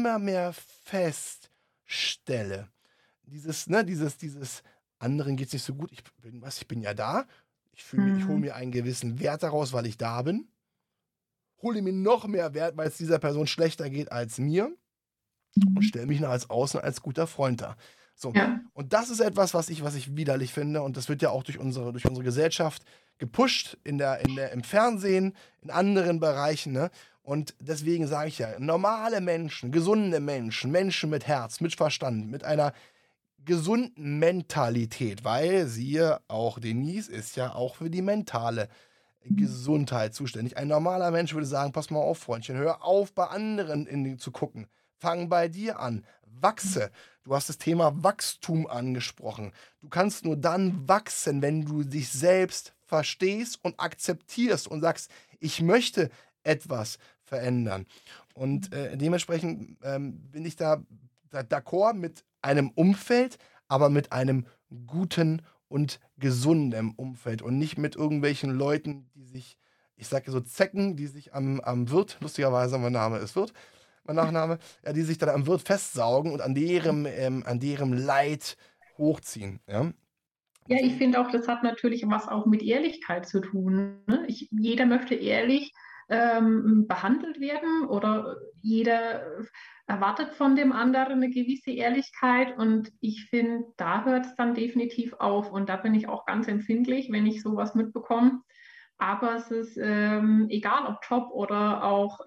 feststelle. Dieses anderen geht's nicht so gut. Ich bin ja da. Ich hole Mhm. mir einen gewissen Wert daraus, weil ich da bin. Hole mir noch mehr Wert, weil es dieser Person schlechter geht als mir, und stelle mich nach außen als guter Freund dar. So. Ja. Und das ist etwas, was ich widerlich finde. Und das wird ja auch durch unsere Gesellschaft gepusht, im Fernsehen, in anderen Bereichen. Ne? Und deswegen sage ich ja, normale Menschen, gesunde Menschen, Menschen mit Herz, mit Verstand, mit einer gesunden Mentalität, weil siehe, auch Denise ist ja auch für die mentale Gesundheit zuständig. Ein normaler Mensch würde sagen, pass mal auf, Freundchen, hör auf, bei anderen zu gucken. Fang bei dir an. Wachse. Du hast das Thema Wachstum angesprochen. Du kannst nur dann wachsen, wenn du dich selbst verstehst und akzeptierst und sagst, ich möchte etwas verändern. Und dementsprechend bin ich da d'accord mit einem Umfeld, aber mit einem guten und gesunden Umfeld und nicht mit irgendwelchen Leuten, die sich, ich sage so Zecken, die sich am Wirt, lustigerweise mein Name ist Wirt, mein Nachname, ja, die sich dann am Wirt festsaugen und an deren Leid hochziehen. Ja? Ja, ich finde auch, das hat natürlich was auch mit Ehrlichkeit zu tun. Ne? Jeder möchte ehrlich behandelt werden oder jeder erwartet von dem anderen eine gewisse Ehrlichkeit und ich finde, da hört es dann definitiv auf und da bin ich auch ganz empfindlich, wenn ich sowas mitbekomme. Aber es ist egal, ob Job oder auch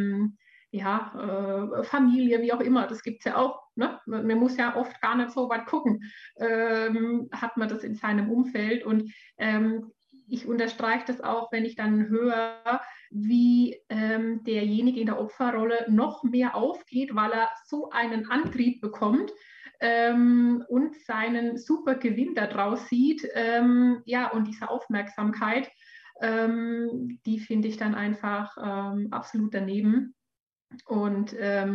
Familie, wie auch immer, das gibt es ja auch. Ne? Man muss ja oft gar nicht so weit gucken, hat man das in seinem Umfeld. Und ich unterstreiche das auch, wenn ich dann höre, wie derjenige in der Opferrolle noch mehr aufgeht, weil er so einen Antrieb bekommt und seinen super Gewinn daraus sieht. Und diese Aufmerksamkeit, die finde ich dann einfach absolut daneben. Und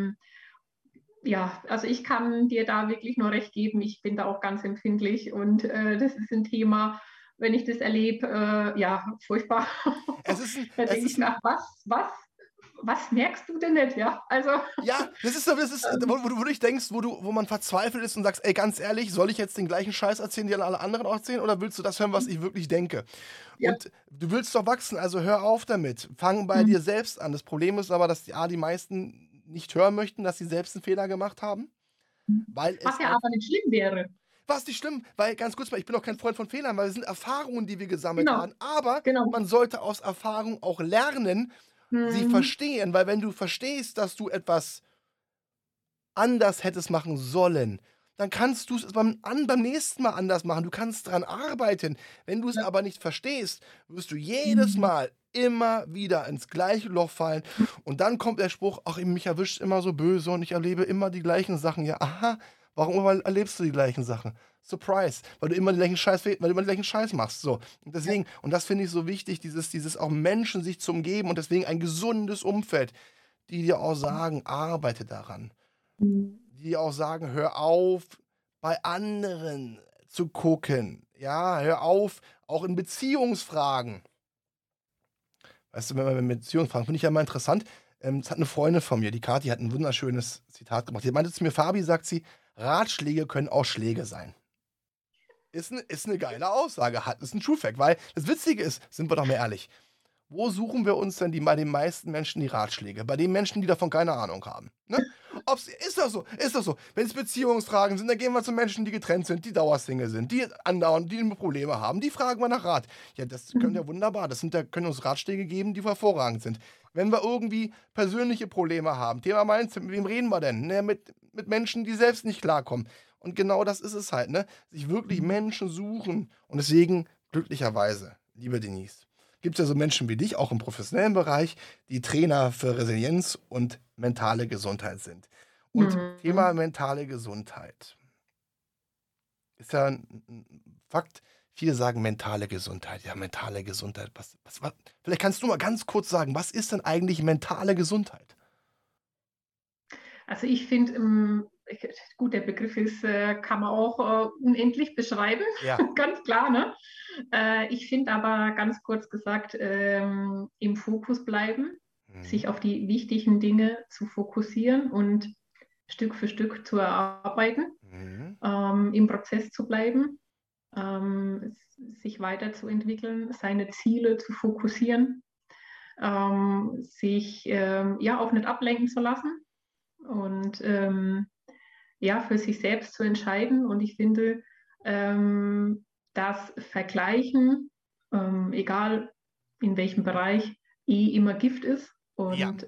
also ich kann dir da wirklich nur recht geben. Ich bin da auch ganz empfindlich und das ist ein Thema, wenn ich das erlebe, furchtbar. Es ist Da denke ich nach, was merkst du denn nicht? Ja, also. Ja, das ist, wo du wirklich denkst, wo man verzweifelt ist und sagst, ey, ganz ehrlich, soll ich jetzt den gleichen Scheiß erzählen, den alle anderen auch erzählen, oder willst du das hören, was ich wirklich denke? Ja. Und du willst doch wachsen, also hör auf damit. Fang bei dir selbst an. Das Problem ist aber, dass die meisten nicht hören möchten, dass sie selbst einen Fehler gemacht haben. Was ja aber nicht schlimm wäre. Was nicht schlimm, weil ganz kurz mal, ich bin auch kein Freund von Fehlern, weil es sind Erfahrungen, die wir gesammelt haben. Aber man sollte aus Erfahrung auch lernen, sie verstehen, weil wenn du verstehst, dass du etwas anders hättest machen sollen, dann kannst du es beim nächsten Mal anders machen. Du kannst daran arbeiten. Wenn du es aber nicht verstehst, wirst du jedes Mal immer wieder ins gleiche Loch fallen. Und dann kommt der Spruch, ach, mich erwischt immer so böse und ich erlebe immer die gleichen Sachen. Ja, aha, warum erlebst du die gleichen Sachen? Surprise, weil du immer den gleichen Scheiß machst. So. Und deswegen, und das finde ich so wichtig, dieses auch Menschen sich zu umgeben und deswegen ein gesundes Umfeld, die dir auch sagen, arbeite daran. Die auch sagen, hör auf, bei anderen zu gucken. Ja, hör auf, auch in Beziehungsfragen. Weißt du, wenn man mit Beziehungsfragen, finde ich ja mal interessant. Das hat eine Freundin von mir, die Kathi, hat ein wunderschönes Zitat gemacht. Die meinte zu mir, Fabi, sagt sie, Ratschläge können auch Schläge sein. Ist eine geile Aussage, ist ein True Fact, weil das Witzige ist, sind wir doch mal ehrlich, wo suchen wir uns denn bei den meisten Menschen die Ratschläge? Bei den Menschen, die davon keine Ahnung haben. Ne? Ist das so? Wenn es Beziehungsfragen sind, dann gehen wir zu Menschen, die getrennt sind, die Dauersingle sind, die andauernd, die Probleme haben, die fragen wir nach Rat. Ja, das können ja wunderbar, können uns Ratschläge geben, die hervorragend sind. Wenn wir irgendwie persönliche Probleme haben, Thema Mindset, mit wem reden wir denn? Ne, mit Menschen, die selbst nicht klarkommen. Und genau das ist es halt, ne? Sich wirklich Menschen suchen. Und deswegen, glücklicherweise, liebe Denise, gibt es ja so Menschen wie dich, auch im professionellen Bereich, die Trainer für Resilienz und mentale Gesundheit sind. Und Thema Mhm. mentale Gesundheit ist ja ein Fakt. Viele sagen mentale Gesundheit. Ja, mentale Gesundheit. Vielleicht kannst du mal ganz kurz sagen, was ist denn eigentlich mentale Gesundheit? Also ich finde, gut, der Begriff ist, kann man auch unendlich beschreiben, Ja. ganz klar, ne? Ich finde aber ganz kurz gesagt, im Fokus bleiben, Mhm. sich auf die wichtigen Dinge zu fokussieren und Stück für Stück zu erarbeiten, Mhm. im Prozess zu bleiben, sich weiterzuentwickeln, seine Ziele zu fokussieren, sich ja auch nicht ablenken zu lassen und ja, für sich selbst zu entscheiden. Und ich finde, das Vergleichen, egal in welchem Bereich, immer Gift ist. Ja. Und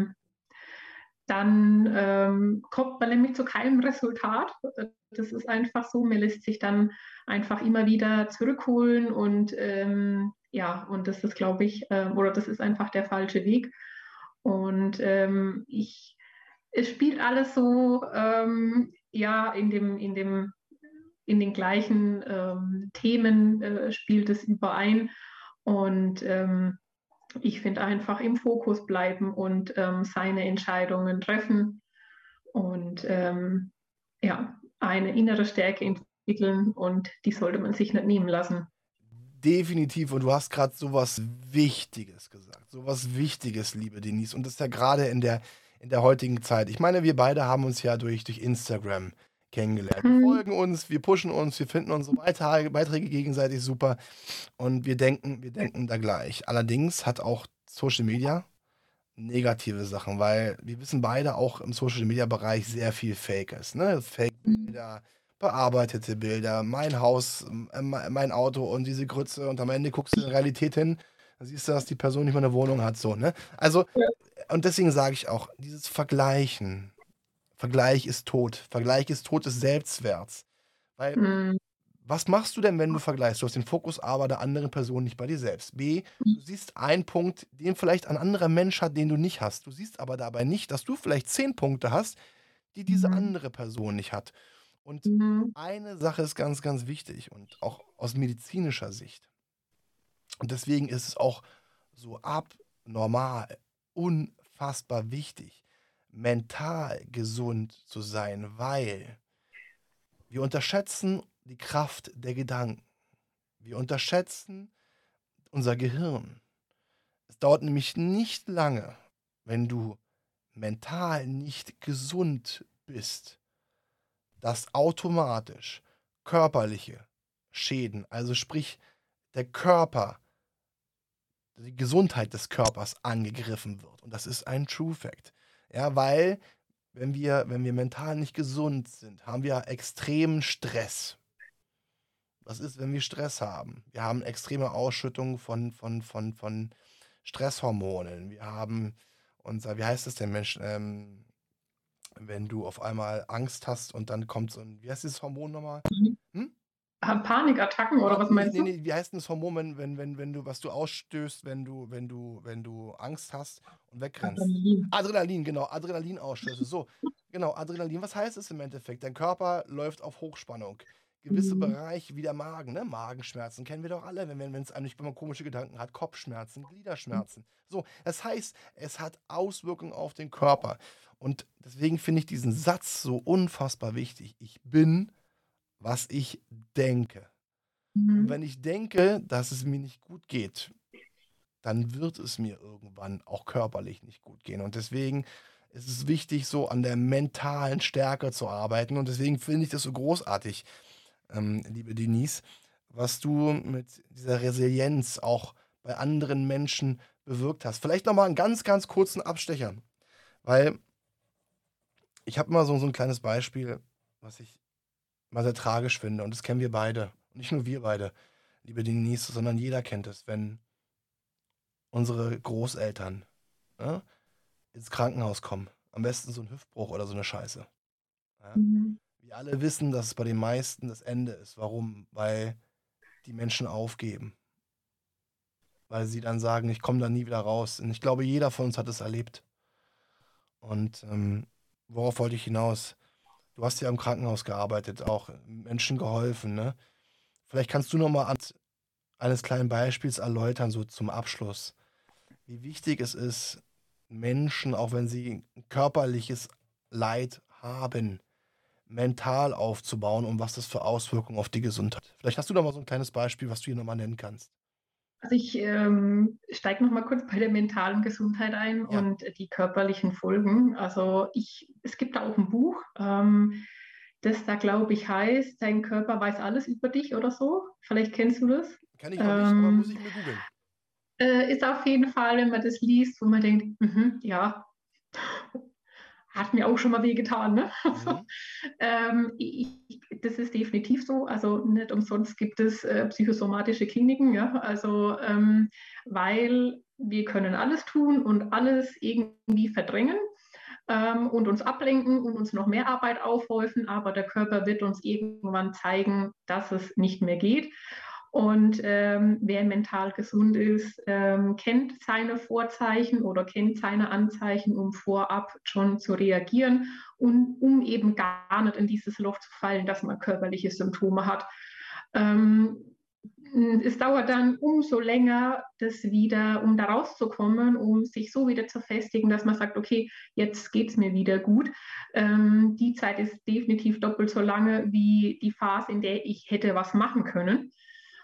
dann kommt man nämlich zu keinem Resultat. Das ist einfach so, man lässt sich dann einfach immer wieder zurückholen und ja, und das ist, glaube ich, oder das ist einfach der falsche Weg. Und es spielt alles so ja in den gleichen Themen spielt es überein. Und ich finde einfach im Fokus bleiben und seine Entscheidungen treffen und ja, eine innere Stärke entwickeln und die sollte man sich nicht nehmen lassen. Definitiv. Und du hast gerade so was Wichtiges gesagt. So was Wichtiges, liebe Denise. Und das ist ja gerade in der heutigen Zeit. Ich meine, wir beide haben uns ja durch Instagram kennengelernt. Wir Hm, folgen uns, wir pushen uns, wir finden unsere Beiträge gegenseitig super und wir denken da gleich. Allerdings hat auch Social Media negative Sachen, weil wir wissen beide auch im Social Media Bereich sehr viel Fake ist, ne? Fake-Bilder, bearbeitete Bilder, mein Haus, mein Auto und diese Grütze und am Ende guckst du in Realität hin, dann siehst du, dass die Person nicht mal eine Wohnung hat, so, ne? Also, und deswegen sage ich auch, dieses Vergleichen, Vergleich ist tot. Vergleich ist Tod des Selbstwerts. Weil hm, was machst du denn, wenn du vergleichst? Du hast den Fokus A bei der anderen Person, nicht bei dir selbst. B, du siehst einen Punkt, den vielleicht ein anderer Mensch hat, den du nicht hast. Du siehst aber dabei nicht, dass du vielleicht 10 Punkte hast, die diese hm, andere Person nicht hat. Und hm, eine Sache ist ganz, ganz wichtig und auch aus medizinischer Sicht. Und deswegen ist es auch so abnormal, unfassbar wichtig, mental gesund zu sein, weil wir unterschätzen die Kraft der Gedanken. Wir unterschätzen unser Gehirn. Es dauert nämlich nicht lange, wenn du mental nicht gesund bist, dass automatisch körperliche Schäden, also sprich der Körper, die Gesundheit des Körpers angegriffen wird. Und das ist ein True Fact. Ja, weil wenn wir mental nicht gesund sind, haben wir extremen Stress. Was ist, wenn wir Stress haben? Wir haben extreme Ausschüttung von Stresshormonen. Wir haben unser, wie heißt das denn, Mensch, wenn du auf einmal Angst hast und dann kommt so ein, wie heißt dieses Hormon nochmal? hm. Hm? Panikattacken oder was Nicht, meinst nee, du? nee, wie heißt denn das Hormon, wenn du, was du ausstößt, wenn du Angst hast und wegrennst? Adrenalin. Adrenalin, genau, Adrenalinausschüsse. So, genau, Adrenalin. Was heißt es im Endeffekt? Dein Körper läuft auf Hochspannung. Gewisse Hm, Bereiche wie der Magen, ne? Magenschmerzen kennen wir doch alle, wenn es einem nicht, wenn man komische Gedanken hat, Kopfschmerzen, Gliederschmerzen. So, das heißt, es hat Auswirkungen auf den Körper. Und deswegen finde ich diesen Satz so unfassbar wichtig. Ich bin, was ich denke. Und hm, wenn ich denke, dass es mir nicht gut geht, dann wird es mir irgendwann auch körperlich nicht gut gehen. Und deswegen ist es wichtig, so an der mentalen Stärke zu arbeiten. Und deswegen finde ich das so großartig, liebe Denise, was du mit dieser Resilienz auch bei anderen Menschen bewirkt hast. Vielleicht nochmal einen ganz, ganz kurzen Abstecher, weil ich habe mal so ein kleines Beispiel, was ich mal sehr tragisch finde. Und das kennen wir beide. Und nicht nur wir beide, liebe Denise, sondern jeder kennt es, wenn unsere Großeltern, ne, ins Krankenhaus kommen. Am besten so ein Hüftbruch oder so eine Scheiße. Ja? hm, Wir alle wissen, dass es bei den meisten das Ende ist. Warum? Weil die Menschen aufgeben. weil sie dann sagen, ich komme da nie wieder raus. Und ich glaube, jeder von uns hat es erlebt. Und worauf wollte ich hinaus? Du hast ja im Krankenhaus gearbeitet, auch Menschen geholfen, ne? Vielleicht kannst du noch mal anhand eines kleinen Beispiels erläutern, so zum Abschluss, wie wichtig es ist, Menschen, auch wenn sie ein körperliches Leid haben, mental aufzubauen und was das für Auswirkungen auf die Gesundheit hat. Vielleicht hast du noch mal so ein kleines Beispiel, was du hier noch mal nennen kannst. Also ich steige noch mal kurz bei der mentalen Gesundheit ein Ja, und die körperlichen Folgen. Also es gibt da auch ein Buch, das da, glaube ich, heißt, dein Körper weiß alles über dich oder so. Vielleicht kennst du das. kenne ich noch nicht, aber muss Ähm, ich mir googeln. ist auf jeden Fall, wenn man das liest, wo man denkt, ja, hat mir auch schon mal wehgetan, ne? Also, Mhm. das ist definitiv so. Also nicht umsonst gibt es psychosomatische Kliniken, ja. Also weil wir können alles tun und alles irgendwie verdrängen und uns ablenken und uns noch mehr Arbeit aufhäufen, aber der Körper wird uns irgendwann zeigen, dass es nicht mehr geht. Und wer mental gesund ist, kennt seine Vorzeichen oder kennt seine Anzeichen, um vorab schon zu reagieren und um eben gar nicht in dieses Loch zu fallen, dass man körperliche Symptome hat. Ähm, es dauert dann umso länger, um da rauszukommen, um sich so wieder zu festigen, dass man sagt, okay, jetzt geht es mir wieder gut. Die Zeit ist definitiv doppelt so lange wie die Phase, in der ich hätte was machen können.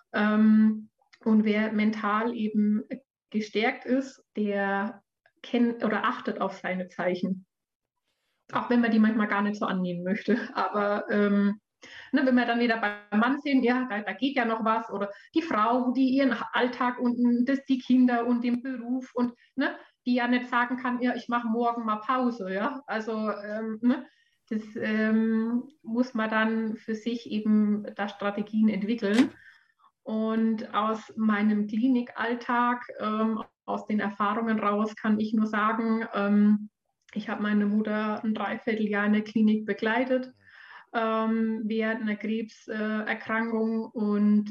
Und wer mental eben gestärkt ist, der kennt oder achtet auf seine Zeichen. Auch wenn man die manchmal gar nicht so annehmen möchte. Aber ne, wenn wir dann wieder beim Mann sind, ja, da geht ja noch was. Oder die Frau, die ihren Alltag und die Kinder und den Beruf und ne, die ja nicht sagen kann, ja, ich mache morgen mal Pause. Ja? Also ne, das muss man dann für sich eben da Strategien entwickeln. Und aus meinem Klinikalltag, aus den Erfahrungen raus, kann ich nur sagen, ich habe meine Mutter ein Dreivierteljahr in der Klinik begleitet während einer Krebserkrankung. Und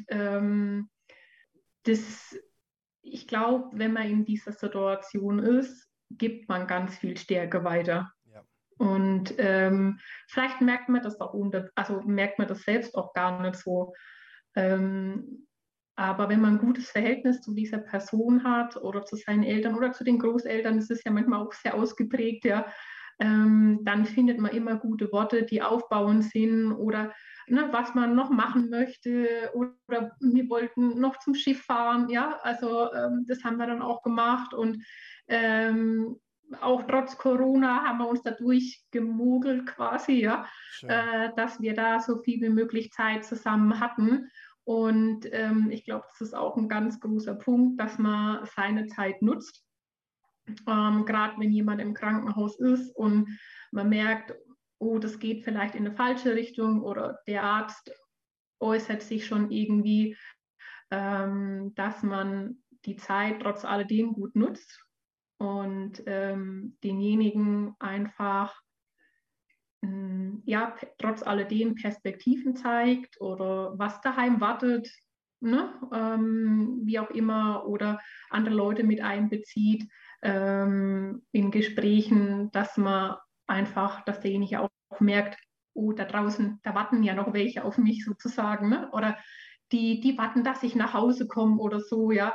das, ich glaube, wenn man in dieser Situation ist, gibt man ganz viel Stärke weiter. Ja. Und vielleicht merkt man das auch also merkt man das selbst auch gar nicht so. Ähm, aber wenn man ein gutes Verhältnis zu dieser Person hat oder zu seinen Eltern oder zu den Großeltern, das ist ja manchmal auch sehr ausgeprägt, ja, dann findet man immer gute Worte, die aufbauend sind oder ne, was man noch machen möchte oder wir wollten noch zum Schiff fahren, ja, also das haben wir dann auch gemacht und ähm, auch trotz Corona haben wir uns da durchgemogelt quasi, ja, Schön. dass wir da so viel wie möglich Zeit zusammen hatten. Und ich glaube, das ist auch ein ganz großer Punkt, dass man seine Zeit nutzt. Gerade wenn jemand im Krankenhaus ist und man merkt, oh, das geht vielleicht in eine falsche Richtung oder der Arzt äußert sich schon irgendwie, dass man die Zeit trotz alledem gut nutzt und denjenigen einfach ja, trotz alledem Perspektiven zeigt oder was daheim wartet, ne? Wie auch immer, oder andere Leute mit einbezieht in Gesprächen, dass derjenige auch merkt, oh, da draußen, da warten ja noch welche auf mich sozusagen, ne? Oder die warten, dass ich nach Hause komme oder so, ja.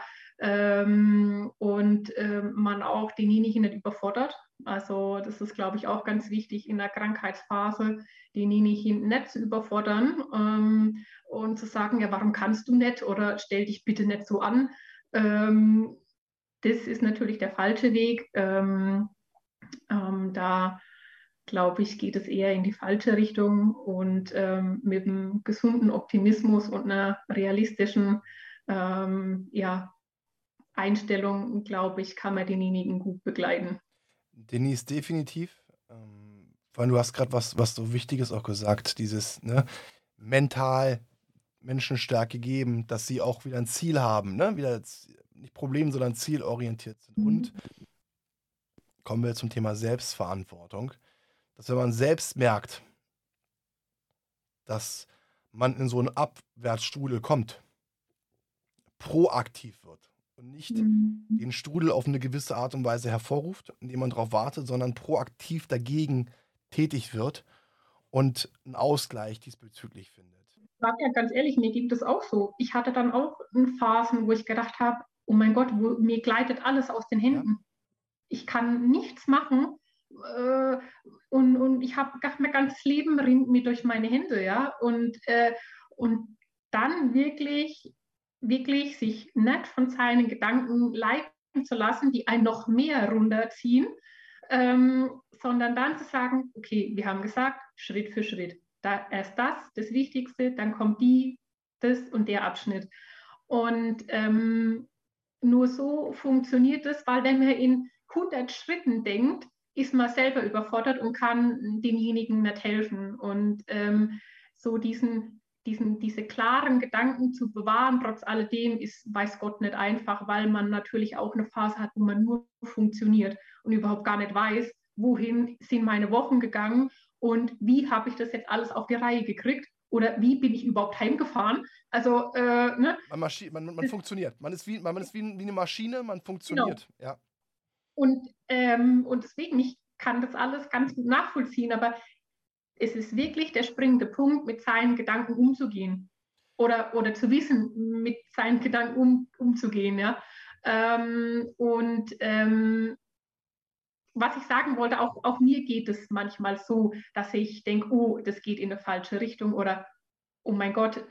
Und man auch denjenigen nicht überfordert. Also das ist, glaube ich, auch ganz wichtig in der Krankheitsphase, denjenigen nicht zu überfordern und zu sagen, ja, warum kannst du nicht oder stell dich bitte nicht so an. Ähm, das ist natürlich der falsche Weg. Da glaube ich, geht es eher in die falsche Richtung und mit einem gesunden Optimismus und einer realistischen ja, Einstellung, glaube ich, kann man denjenigen gut begleiten. Denise, definitiv. Vor allem, du hast gerade was so Wichtiges auch gesagt, dieses, ne, mental Menschen Stärke geben, dass sie auch wieder ein Ziel haben, ne? Wieder nicht Problem, sondern zielorientiert sind. Und Mhm. kommen wir zum Thema Selbstverantwortung, dass wenn man selbst merkt, dass man in so 'n Abwärtsstrudel kommt, proaktiv wird und nicht den Strudel auf eine gewisse Art und Weise hervorruft, indem man darauf wartet, sondern proaktiv dagegen tätig wird und einen Ausgleich diesbezüglich findet. Ich sage ja ganz ehrlich, mir ging das auch so. Ich hatte dann auch Phasen, wo ich gedacht habe, oh mein Gott, mir gleitet alles aus den Händen. Ja. Ich kann nichts machen und ich habe mein ganzes Leben rinnt mir durch meine Hände, ja. Und dann wirklich sich nicht von seinen Gedanken leiten zu lassen, die einen noch mehr runterziehen, sondern dann zu sagen, okay, wir haben gesagt, Schritt für Schritt. Da erst das Wichtigste, dann kommt das und der Abschnitt. Und nur so funktioniert es, weil wenn man in 100 Schritten denkt, ist man selber überfordert und kann demjenigen nicht helfen. Und so diese klaren Gedanken zu bewahren, trotz alledem, ist, weiß Gott, nicht einfach, weil man natürlich auch eine Phase hat, wo man nur funktioniert und überhaupt gar nicht weiß, wohin sind meine Wochen gegangen und wie habe ich das jetzt alles auf die Reihe gekriegt oder wie bin ich überhaupt heimgefahren. Also, ne? Man funktioniert. Man ist wie eine Maschine, man funktioniert. Genau. Ja. Und deswegen, ich kann das alles ganz gut nachvollziehen, aber es ist wirklich der springende Punkt, mit seinen Gedanken umzugehen oder zu wissen, mit seinen Gedanken umzugehen. Ja? Was ich sagen wollte, auch mir geht es manchmal so, dass ich denke, oh, das geht in eine falsche Richtung oder oh mein Gott,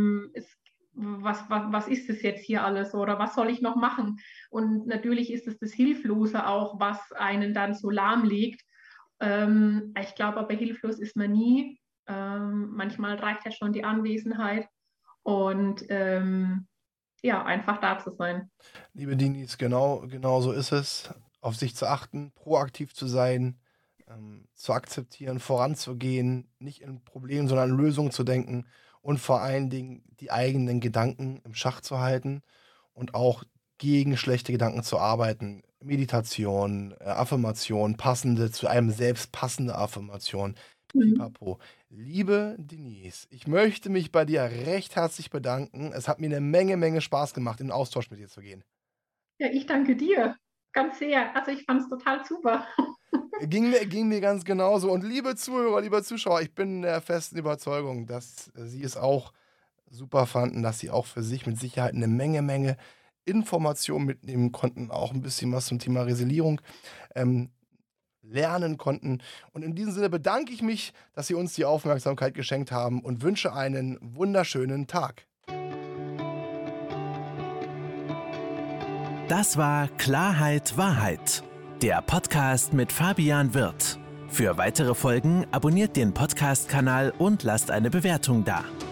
was ist das jetzt hier alles oder was soll ich noch machen? Und natürlich ist es das Hilflose auch, was einen dann so lahmlegt. Ich glaube aber, hilflos ist man nie. Manchmal reicht ja schon die Anwesenheit und einfach da zu sein. Liebe Dinis, genau so ist es. Auf sich zu achten, proaktiv zu sein, zu akzeptieren, voranzugehen, nicht in Problemen, sondern in Lösungen zu denken und vor allen Dingen die eigenen Gedanken im Schach zu halten und auch gegen schlechte Gedanken zu arbeiten. Meditation, Affirmation, zu einem selbst passende Affirmation. Pipapo. Liebe Denise, ich möchte mich bei dir recht herzlich bedanken. Es hat mir eine Menge Spaß gemacht, in den Austausch mit dir zu gehen. Ja, ich danke dir. Ganz sehr. Also ich fand es total super. Ging mir ganz genauso. Und liebe Zuhörer, liebe Zuschauer, ich bin der festen Überzeugung, dass Sie es auch super fanden, dass Sie auch für sich mit Sicherheit eine Menge Informationen mitnehmen konnten, auch ein bisschen was zum Thema Resiliierung lernen konnten. Und in diesem Sinne bedanke ich mich, dass Sie uns die Aufmerksamkeit geschenkt haben und wünsche einen wunderschönen Tag. Das war Klarheit, Wahrheit, der Podcast mit Fabian Wirth. Für weitere Folgen abonniert den Podcast-Kanal und lasst eine Bewertung da.